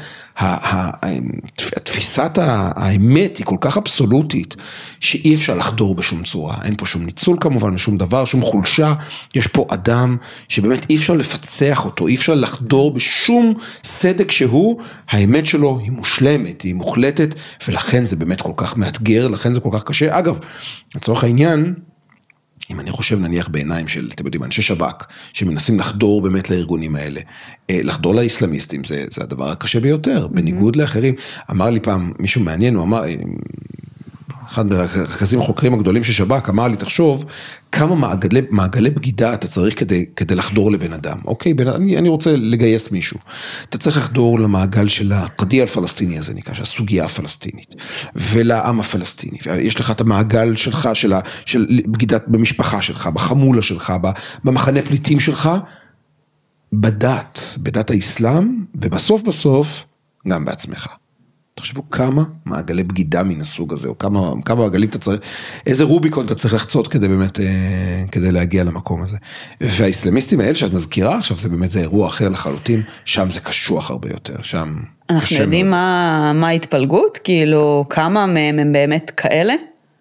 התפיסת האמת היא כל כך אבסולוטית, שאי אפשר לחדור בשום צורה, אין פה שום ניצול כמובן, שום דבר, שום חולשה, יש פה אדם שבאמת אי אפשר לפצח אותו, אי אפשר לחדור בשום סדק שהוא, האמת שלו היא מושלמת, היא מוחלטת, ולכן זה באמת כל כך מאתגר, לכן זה כל כך קשה. אגב, לצורך העניין, אם אני חושב נניח בעיניים של, אתם יודעים, אנשי שב"כ, שמנסים לחדור באמת לארגונים האלה, לחדור לאסלאמיסטים, זה, זה הדבר הקשה ביותר, בניגוד לאחרים. אמר לי פעם, מישהו מעניין, הוא אמר, אחד מהרכזים החוקרים הגדולים של שב"כ, אמר לי, תחשוב, כמה מעגלי, מעגלי בגידה אתה צריך כדי, כדי לחדור לבן אדם. אוקיי, בן, אני, אני רוצה לגייס מישהו. אתה צריך לחדור למעגל של הקדיע הפלסטיני הזה, נקרא, של הסוגיה הפלסטינית, ולעם הפלסטיני. יש לך את המעגל שלך, של, של בגידת במשפחה שלך, בחמולה שלך, במחנה פליטים שלך, בדת, בדת האסלאם, ובסוף בסוף, גם בעצמך. תחשבו כמה מעגלי בגידה מן הסוג הזה, או כמה, כמה מעגלים אתה צריך, איזה רוביקון אתה צריך לחצות כדי באמת, כדי להגיע למקום הזה. והאסלאמיסטים האלה שאת מזכירה עכשיו, זה באמת זה אירוע אחר לחלוטין, שם זה קשוח הרבה יותר, שם אנחנו יודעים מה, מה ההתפלגות, כאילו כמה מהם הם באמת כאלה?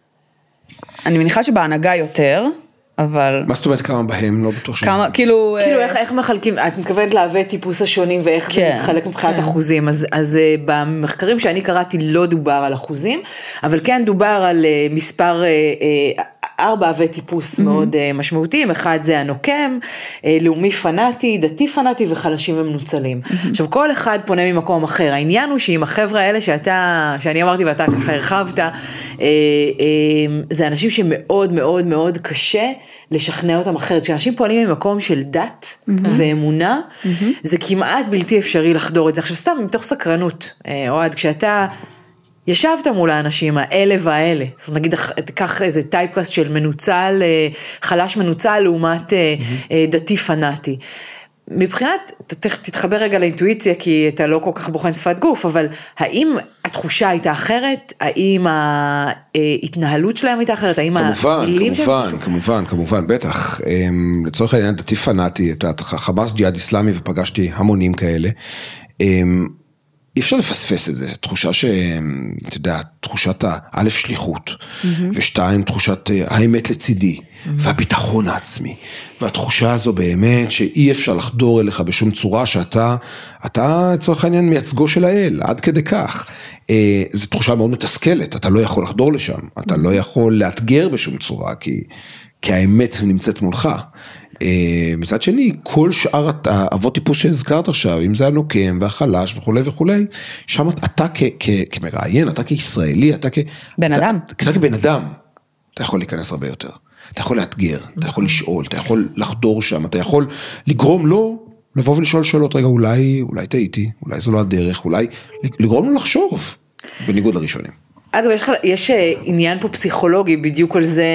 אני מניחה שבהנהגה יותר, אבל... מה זאת אומרת כמה בהם? לא בטוח כמה, שם. כאילו... כאילו איך, איך מחלקים, את מתכוונת להווה טיפוס השונים, ואיך כן, זה מתחלק מבחינת כן. אחוזים, אז, אז במחקרים שאני קראתי לא דובר על אחוזים, אבל כן דובר על מספר... ארבע אבי טיפוס mm-hmm. מאוד uh, משמעותיים, אחד זה הנוקם, uh, לאומי פנאטי, דתי פנאטי וחלשים ומנוצלים. Mm-hmm. עכשיו כל אחד פונה ממקום אחר, העניין הוא שעם החבר'ה האלה שאתה, שאני אמרתי ואתה ככה הרחבת, uh, uh, זה אנשים שמאוד מאוד מאוד קשה לשכנע אותם אחרת, כשאנשים פועלים ממקום של דת mm-hmm. ואמונה, mm-hmm. זה כמעט בלתי אפשרי לחדור את זה, עכשיו סתם מתוך סקרנות, uh, אוהד, כשאתה, ישבת מול האנשים האלה והאלה, זאת אומרת, נגיד, תיקח איזה טייפקאסט של מנוצל, חלש מנוצל, לעומת דתי פנאטי. מבחינת, תתחבר רגע לאינטואיציה, כי אתה לא כל כך בוחן שפת גוף, אבל האם התחושה הייתה אחרת? האם ההתנהלות שלהם הייתה אחרת? האם המילים שלהם? כמובן, כמובן, כמובן, בטח. לצורך העניין, דתי פנאטי, חמאס ג'יהאד איסלאמי, ופגשתי המונים כאלה. אי אפשר לפספס את זה, תחושה ש, אתה יודע, תחושת האלף שליחות, ושתיים, תחושת האמת לצידי, והביטחון העצמי, והתחושה הזו באמת שאי אפשר לחדור אליך בשום צורה, שאתה, אתה, לצורך העניין, מייצגו של האל, עד כדי כך. זו תחושה מאוד מתסכלת, אתה לא יכול לחדור לשם, אתה לא יכול לאתגר בשום צורה, כי, כי האמת נמצאת מולך. מצד שני, כל שאר האבות טיפוס שהזכרת עכשיו, אם זה הנוקם והחלש וכו' וכו', שם אתה כמראיין, אתה כישראלי, אתה כ... בן אדם. אתה כבן אדם, אתה יכול להיכנס הרבה יותר. אתה יכול לאתגר, אתה יכול לשאול, אתה יכול לחדור שם, אתה יכול לגרום לו, לבוא ולשאול שאלות, רגע, אולי, אולי טעיתי, אולי זו לא הדרך, אולי לגרום לו לחשוב, בניגוד לראשונים. אגב, יש, יש עניין פה פסיכולוגי, בדיוק על זה...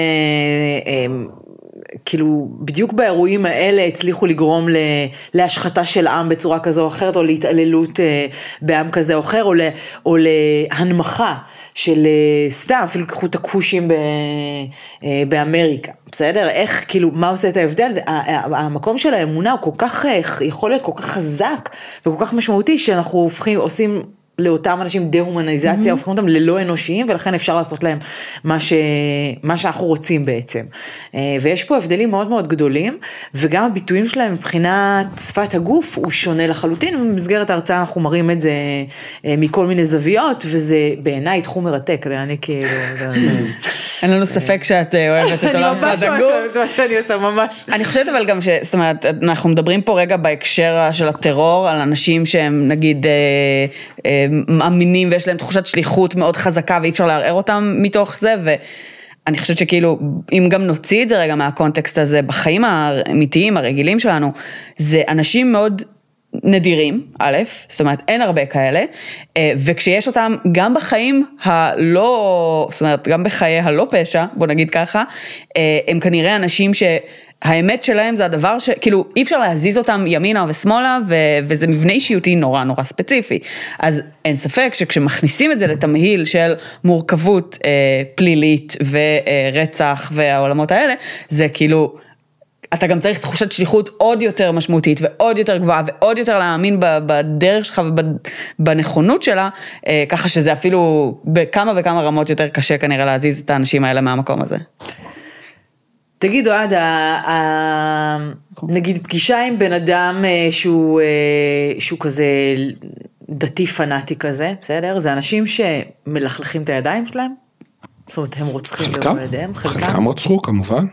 כאילו, בדיוק באירועים האלה הצליחו לגרום להשחתה של עם בצורה כזו או אחרת, או להתעללות בעם כזה או אחר, או, לה, או להנמכה של סתם, אפילו קחו את הכושים באמריקה, בסדר? איך, כאילו, מה עושה את ההבדל? המקום של האמונה הוא כל כך, יכול להיות כל כך חזק וכל כך משמעותי, שאנחנו הופכים, עושים... לאותם אנשים דה-הומניזציה, הופכים אותם ללא אנושיים, ולכן אפשר לעשות להם מה, ש... מה שאנחנו רוצים בעצם. ויש פה הבדלים מאוד מאוד גדולים, וגם הביטויים שלהם מבחינת שפת הגוף, הוא שונה לחלוטין, ובמסגרת ההרצאה אנחנו מראים את זה מכל מיני זוויות, וזה בעיניי תחום מרתק, אני כאילו... אין לנו ספק שאת אוהבת את עולם שפת הגוף. אני ממש אוהבת את מה שאני עושה, ממש. אני חושבת אבל גם ש... זאת אומרת, אנחנו מדברים פה רגע בהקשר של הטרור, על אנשים שהם נגיד... מאמינים ויש להם תחושת שליחות מאוד חזקה ואי אפשר לערער אותם מתוך זה, ואני חושבת שכאילו אם גם נוציא את זה רגע מהקונטקסט הזה בחיים האמיתיים הרגילים שלנו, זה אנשים מאוד נדירים, א', זאת אומרת אין הרבה כאלה, וכשיש אותם גם בחיים הלא, זאת אומרת גם בחיי הלא פשע, בוא נגיד ככה, הם כנראה אנשים ש... האמת שלהם זה הדבר ש... כאילו, אי אפשר להזיז אותם ימינה ושמאלה, ו... וזה מבנה אישיותי נורא נורא ספציפי. אז אין ספק שכשמכניסים את זה לתמהיל של מורכבות אה, פלילית ורצח והעולמות האלה, זה כאילו, אתה גם צריך תחושת שליחות עוד יותר משמעותית, ועוד יותר גבוהה, ועוד יותר להאמין בדרך שלך ובנכונות שלה, אה, ככה שזה אפילו בכמה וכמה רמות יותר קשה כנראה להזיז את האנשים האלה מהמקום הזה. תגידו, עד, נגיד פגישה עם בן אדם שהוא, שהוא כזה דתי פנאטי כזה, בסדר? זה אנשים שמלכלכים את הידיים שלהם? זאת אומרת, הם רוצחים חלקם, בידיהם? חלקם, חלקם רצחו כמובן,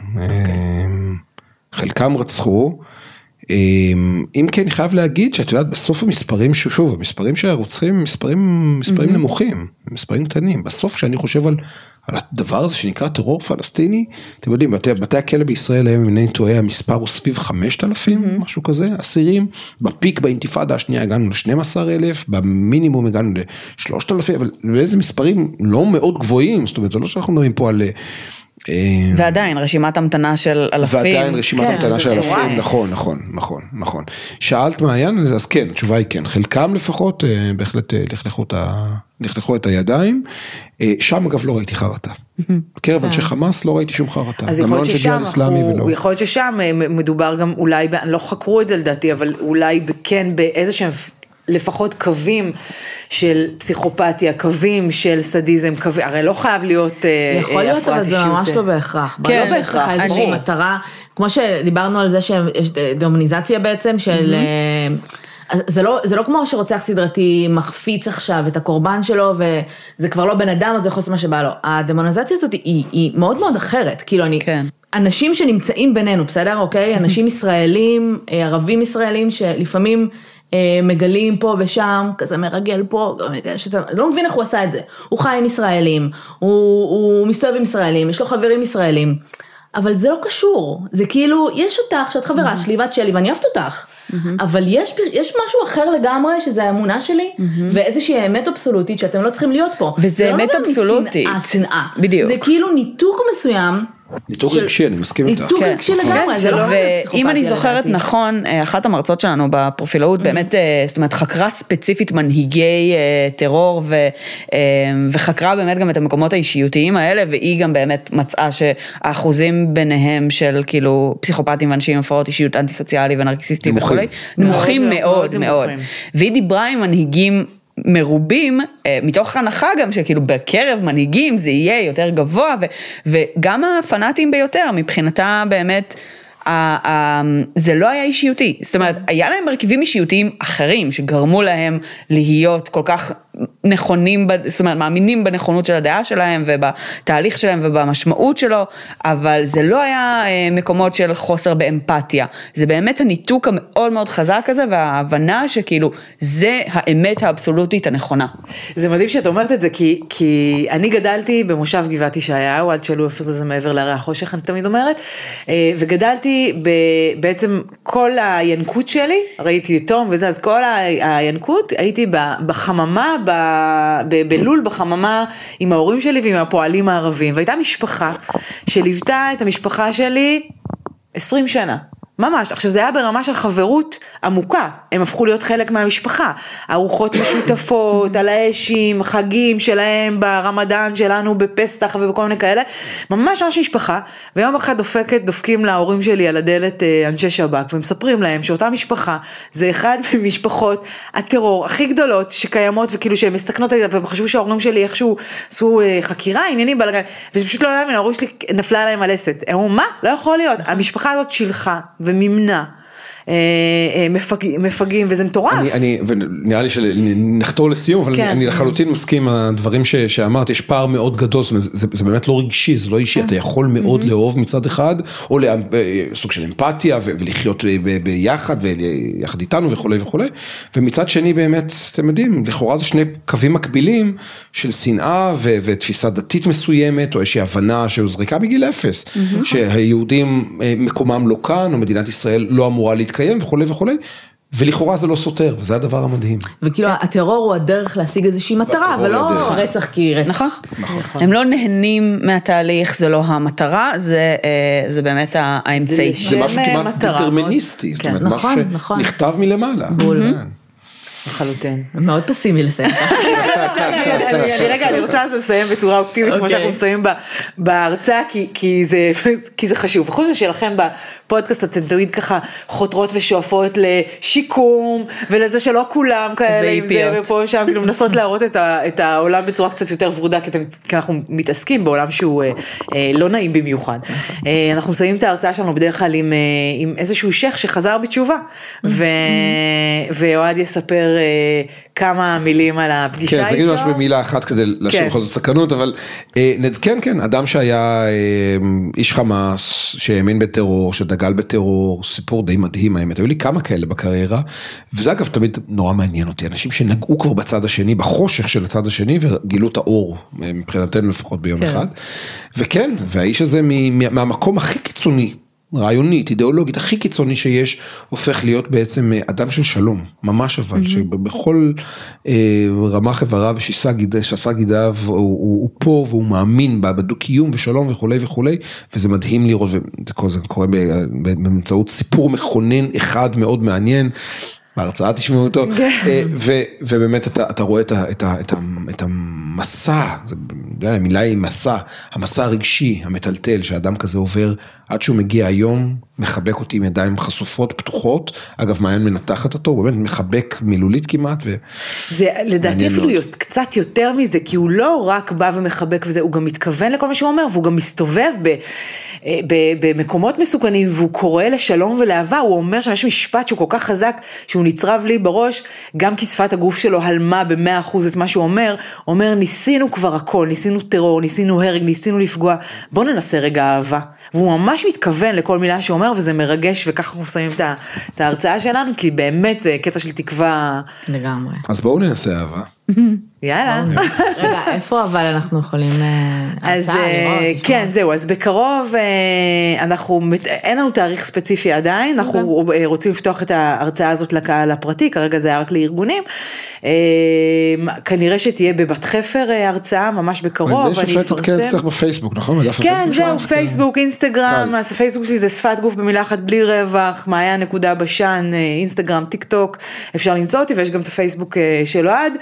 חלקם רצחו, אם כן, אני חייב להגיד שאת יודעת, בסוף המספרים, שוב, המספרים שהרוצחים, מספרים, מספרים נמוכים, מספרים קטנים, בסוף שאני חושב על, על הדבר הזה שנקרא טרור פלסטיני, אתם יודעים, בתי, בתי הכלא בישראל היום, אם אני טועה, המספר הוא סביב חמשת אלפים, משהו כזה, אסירים, בפיק באינתיפאדה השנייה הגענו ל-שנים עשר אלף, במינימום הגענו ל-שלושת אלפים, אבל באיזה מספרים לא מאוד גבוהים, זאת אומרת, זה לא שאנחנו מדברים פה על... ועדיין רשימת המתנה של אלפים. ועדיין רשימת המתנה של אלפים, נכון, נכון, נכון, נכון. שאלת מה העניין, אז כן, התשובה היא כן. חלקם לפחות, בהחלט לכלכו את הידיים. שם אגב לא ראיתי חרטה. בקרב אנשי חמאס לא ראיתי שום חרטה. אז יכול להיות ששם, יכול להיות ששם מדובר גם אולי, לא חקרו את זה לדעתי, אבל אולי כן באיזה שהם... לפחות קווים של פסיכופתיה, קווים של סדיזם, קווים, הרי לא חייב להיות יכול להיות, אבל זה ממש לא בהכרח. כן, לא בהכרח. איזושהי מטרה, כמו שדיברנו על זה שיש דומניזציה בעצם של... זה לא, זה לא כמו שרוצח סדרתי מחפיץ עכשיו את הקורבן שלו, וזה כבר לא בן אדם, אז זה יכול לעשות מה שבא לו. הדמוניזציה הזאת היא, היא מאוד מאוד אחרת. כאילו אני... כן. אנשים שנמצאים בינינו, בסדר? אוקיי? אנשים ישראלים, ערבים ישראלים, שלפעמים... מגלים פה ושם, כזה מרגל פה, שאתה לא מבין איך הוא עשה את זה. הוא חי עם ישראלים, הוא, הוא מסתובב עם ישראלים, יש לו חברים ישראלים. אבל זה לא קשור, זה כאילו, יש אותך, שאת חברה שלי ואת שלי, ואני אוהבת אותך, אבל יש, יש משהו אחר לגמרי, שזה האמונה שלי, ואיזושהי אמת אבסולוטית, שאתם לא צריכים להיות פה. וזה אמת אבסולוטית. השנאה. בדיוק. זה כאילו ניתוק מסוים, ניתוק רגשי, אני מסכים איתך. ניתוק רגשי לגמרי, זה לא ואם אני זוכרת נכון, אחת המרצות שלנו בפרופילאות באמת, זאת אומרת, חקרה ספציפית מנהיגי טרור, וחקרה באמת גם את המקומות האישיותיים האלה, והיא גם באמת מצאה שהאחוזים ביניהם של כאילו פסיכופטים ואנשים עם הפרעות אישיות אנטי סוציאלי ונרקיסיסטים וכו', נמוכים מאוד מאוד. והיא דיברה עם מנהיגים מרובים, מתוך הנחה גם שכאילו בקרב מנהיגים זה יהיה יותר גבוה, ו, וגם הפנאטים ביותר, מבחינתה באמת, ה, ה, זה לא היה אישיותי, זאת אומרת, היה להם מרכיבים אישיותיים אחרים, שגרמו להם להיות כל כך נכונים, זאת אומרת, מאמינים בנכונות של הדעה שלהם, ובתהליך שלהם ובמשמעות שלו, אבל זה לא היה מקומות של חוסר באמפתיה, זה באמת הניתוק המאוד מאוד חזק הזה, וההבנה שכאילו, זה האמת האבסולוטית הנכונה. זה מדהים שאת אומרת את זה, כי, כי אני גדלתי במושב גבעת ישעיהו, אל תשאלו איפה זה, זה מעבר להרי החושך, אני תמיד אומרת, וגדלתי בעצם כל הינקות שלי, ראיתי תום וזה, אז כל הינקות, הייתי בחממה, בלול בחממה עם ההורים שלי ועם הפועלים הערבים, והייתה משפחה שליוותה את המשפחה שלי עשרים שנה. ממש, עכשיו זה היה ברמה של חברות עמוקה, הם הפכו להיות חלק מהמשפחה, ארוחות משותפות, על האשים, חגים שלהם ברמדאן שלנו, בפסח ובכל מיני כאלה, ממש ממש משפחה, ויום אחד דופקת, דופקים להורים שלי על הדלת אנשי שב"כ, ומספרים להם שאותה משפחה, זה אחד ממשפחות הטרור הכי גדולות שקיימות, וכאילו שהן מסתכנות, והם חשבו שההורים שלי איכשהו עשו חקירה, עניינים בלגן, וזה פשוט לא להאמין, ההורים שלי נפלה עליהם הלסת, הם אמרו, מה? לא יכול להיות, המשפחה הזאת שילחה וממנה, מפגעים, וזה מטורף. אני, ונראה לי שנחתור לסיום, אבל אני לחלוטין מסכים עם הדברים שאמרת, יש פער מאוד גדול, זה באמת לא רגשי, זה לא אישי, אתה יכול מאוד לאהוב מצד אחד, או סוג של אמפתיה, ולחיות ביחד, ויחד איתנו וכו' וכו', ומצד שני באמת, אתם יודעים, לכאורה זה שני קווים מקבילים, של שנאה ותפיסה דתית מסוימת, או איזושהי הבנה שהוזריקה בגיל אפס, שהיהודים מקומם לא כאן, או מדינת ישראל לא אמורה להתקיים וכו' וכו', ולכאורה זה לא סותר, וזה הדבר המדהים. וכאילו הטרור הוא הדרך להשיג איזושהי מטרה, ולא רצח כי רצח. נכון. הם לא נהנים מהתהליך, זה לא המטרה, זה באמת האמצעי. זה משהו כמעט דטרמיניסטי, זאת אומרת, משהו שנכתב מלמעלה. בול. לחלוטין. מאוד פסימי לסיים. אני רגע, אני רוצה לסיים בצורה אופטימית, כמו שאנחנו מסיימים בהרצאה, כי זה חשוב. וחוץ זה שלכם בפודקאסט, אתם תמיד ככה חותרות ושואפות לשיקום, ולזה שלא כולם כאלה עם זה, ופה ושם, כאילו מנסות להראות את העולם בצורה קצת יותר ורודה, כי אנחנו מתעסקים בעולם שהוא לא נעים במיוחד. אנחנו מסיימים את ההרצאה שלנו בדרך כלל עם איזשהו שייך שחזר בתשובה, ואוהד יספר כמה מילים על הפגישה איתו. כן, תגידו משהו במילה אחת כדי להשאיר בכל זאת סכנות, אבל כן, כן, אדם שהיה איש חמאס, שהאמין בטרור, שדגל בטרור, סיפור די מדהים האמת, היו לי כמה כאלה בקריירה, וזה אגב תמיד נורא מעניין אותי, אנשים שנגעו כבר בצד השני, בחושך של הצד השני, וגילו את האור, מבחינתנו לפחות ביום אחד, וכן, והאיש הזה מהמקום הכי קיצוני, רעיונית, אידיאולוגית, הכי קיצוני שיש, הופך להיות בעצם אדם של שלום, ממש אבל, שבכל רמה חברה ושסה גידיו, הוא פה והוא מאמין בדו-קיום ושלום וכו' וכו', וזה מדהים לראות, וזה קורה באמצעות סיפור מכונן אחד מאוד מעניין, בהרצאה תשמעו אותו, ובאמת אתה רואה את המסע, המילה היא מסע, המסע הרגשי, המטלטל, שהאדם כזה עובר, עד שהוא מגיע היום, מחבק אותי עם ידיים חשופות, פתוחות, אגב מעיין מנתחת אותו, הוא באמת מחבק מילולית כמעט, זה לדעתי אפילו קצת יותר מזה, כי הוא לא רק בא ומחבק וזה, הוא גם מתכוון לכל מה שהוא אומר, והוא גם מסתובב במקומות מסוכנים, והוא קורא לשלום ולאהבה, הוא אומר שיש משפט שהוא כל כך חזק, שהוא נצרב לי בראש, גם כי שפת הגוף שלו הלמה במאה אחוז את מה שהוא אומר, אומר ניסינו כבר הכל, ניסינו טרור, ניסינו הרג, ניסינו לפגוע, בוא ננסה רגע אהבה, והוא ממש מתכוון לכל מילה שהוא אומר, וזה מרגש, וככה אנחנו שמים את ההרצאה שלנו, כי באמת זה קטע של תקווה. לגמרי. אז בואו ננסה אהבה. יאללה. רגע, איפה אבל אנחנו יכולים אז הרצאה לראות? כן, זהו, אז בקרוב אנחנו, אין לנו תאריך ספציפי עדיין, אנחנו רוצים לפתוח את ההרצאה הזאת לקהל הפרטי, כרגע זה היה רק לארגונים, כנראה שתהיה בבת חפר הרצאה ממש בקרוב, אני אפרסם. כן, צריך בפייסבוק, נכון? כן, זהו, פייסבוק, אינסטגרם, אז הפייסבוק שלי זה שפת גוף במילה אחת בלי רווח, מעיין נקודה בשן, אינסטגרם, טיק טוק, אפשר למצוא אותי, ויש גם את הפייסבוק של אוהד,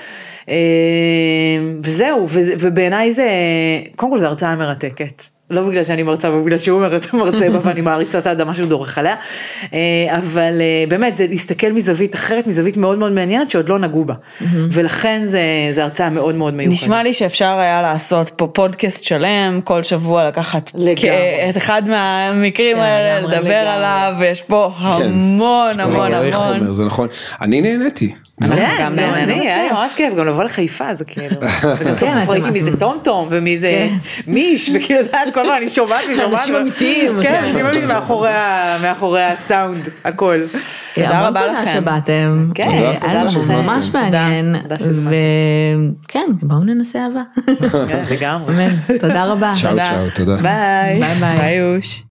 וזהו, ובעיניי זה, קודם כל זה הרצאה מרתקת. לא בגלל שאני מרצה, ובגלל שהוא מרצה בה, ואני מעריצה את האדמה שהוא דורך עליה, אבל באמת, זה להסתכל מזווית אחרת, מזווית מאוד מאוד מעניינת, שעוד לא נגעו בה, ולכן זה הרצאה מאוד מאוד מיוחדת. נשמע לי שאפשר היה לעשות פה פודקאסט שלם, כל שבוע לקחת את אחד מהמקרים האלה, לדבר עליו, ויש פה המון המון המון. זה נכון, אני נהניתי. גם אני, היה ממש כיף, גם לבוא לחיפה, זה כאילו, ובסוף סוף ראיתי מי זה טום טום, ומי זה מיש, וכאילו יודעת, כל מה אני שומעת ושומעת. אנשים אמיתיים. כן, אנשים אמיתיים מאחורי הסאונד, הכל. תודה רבה לכם. תודה שבאתם. כן, היה לנו ממש מעניין. וכן, בואו ננסה אהבה. לגמרי. תודה רבה. צ'או צ'או, תודה. ביי. ביי ביי. ביי.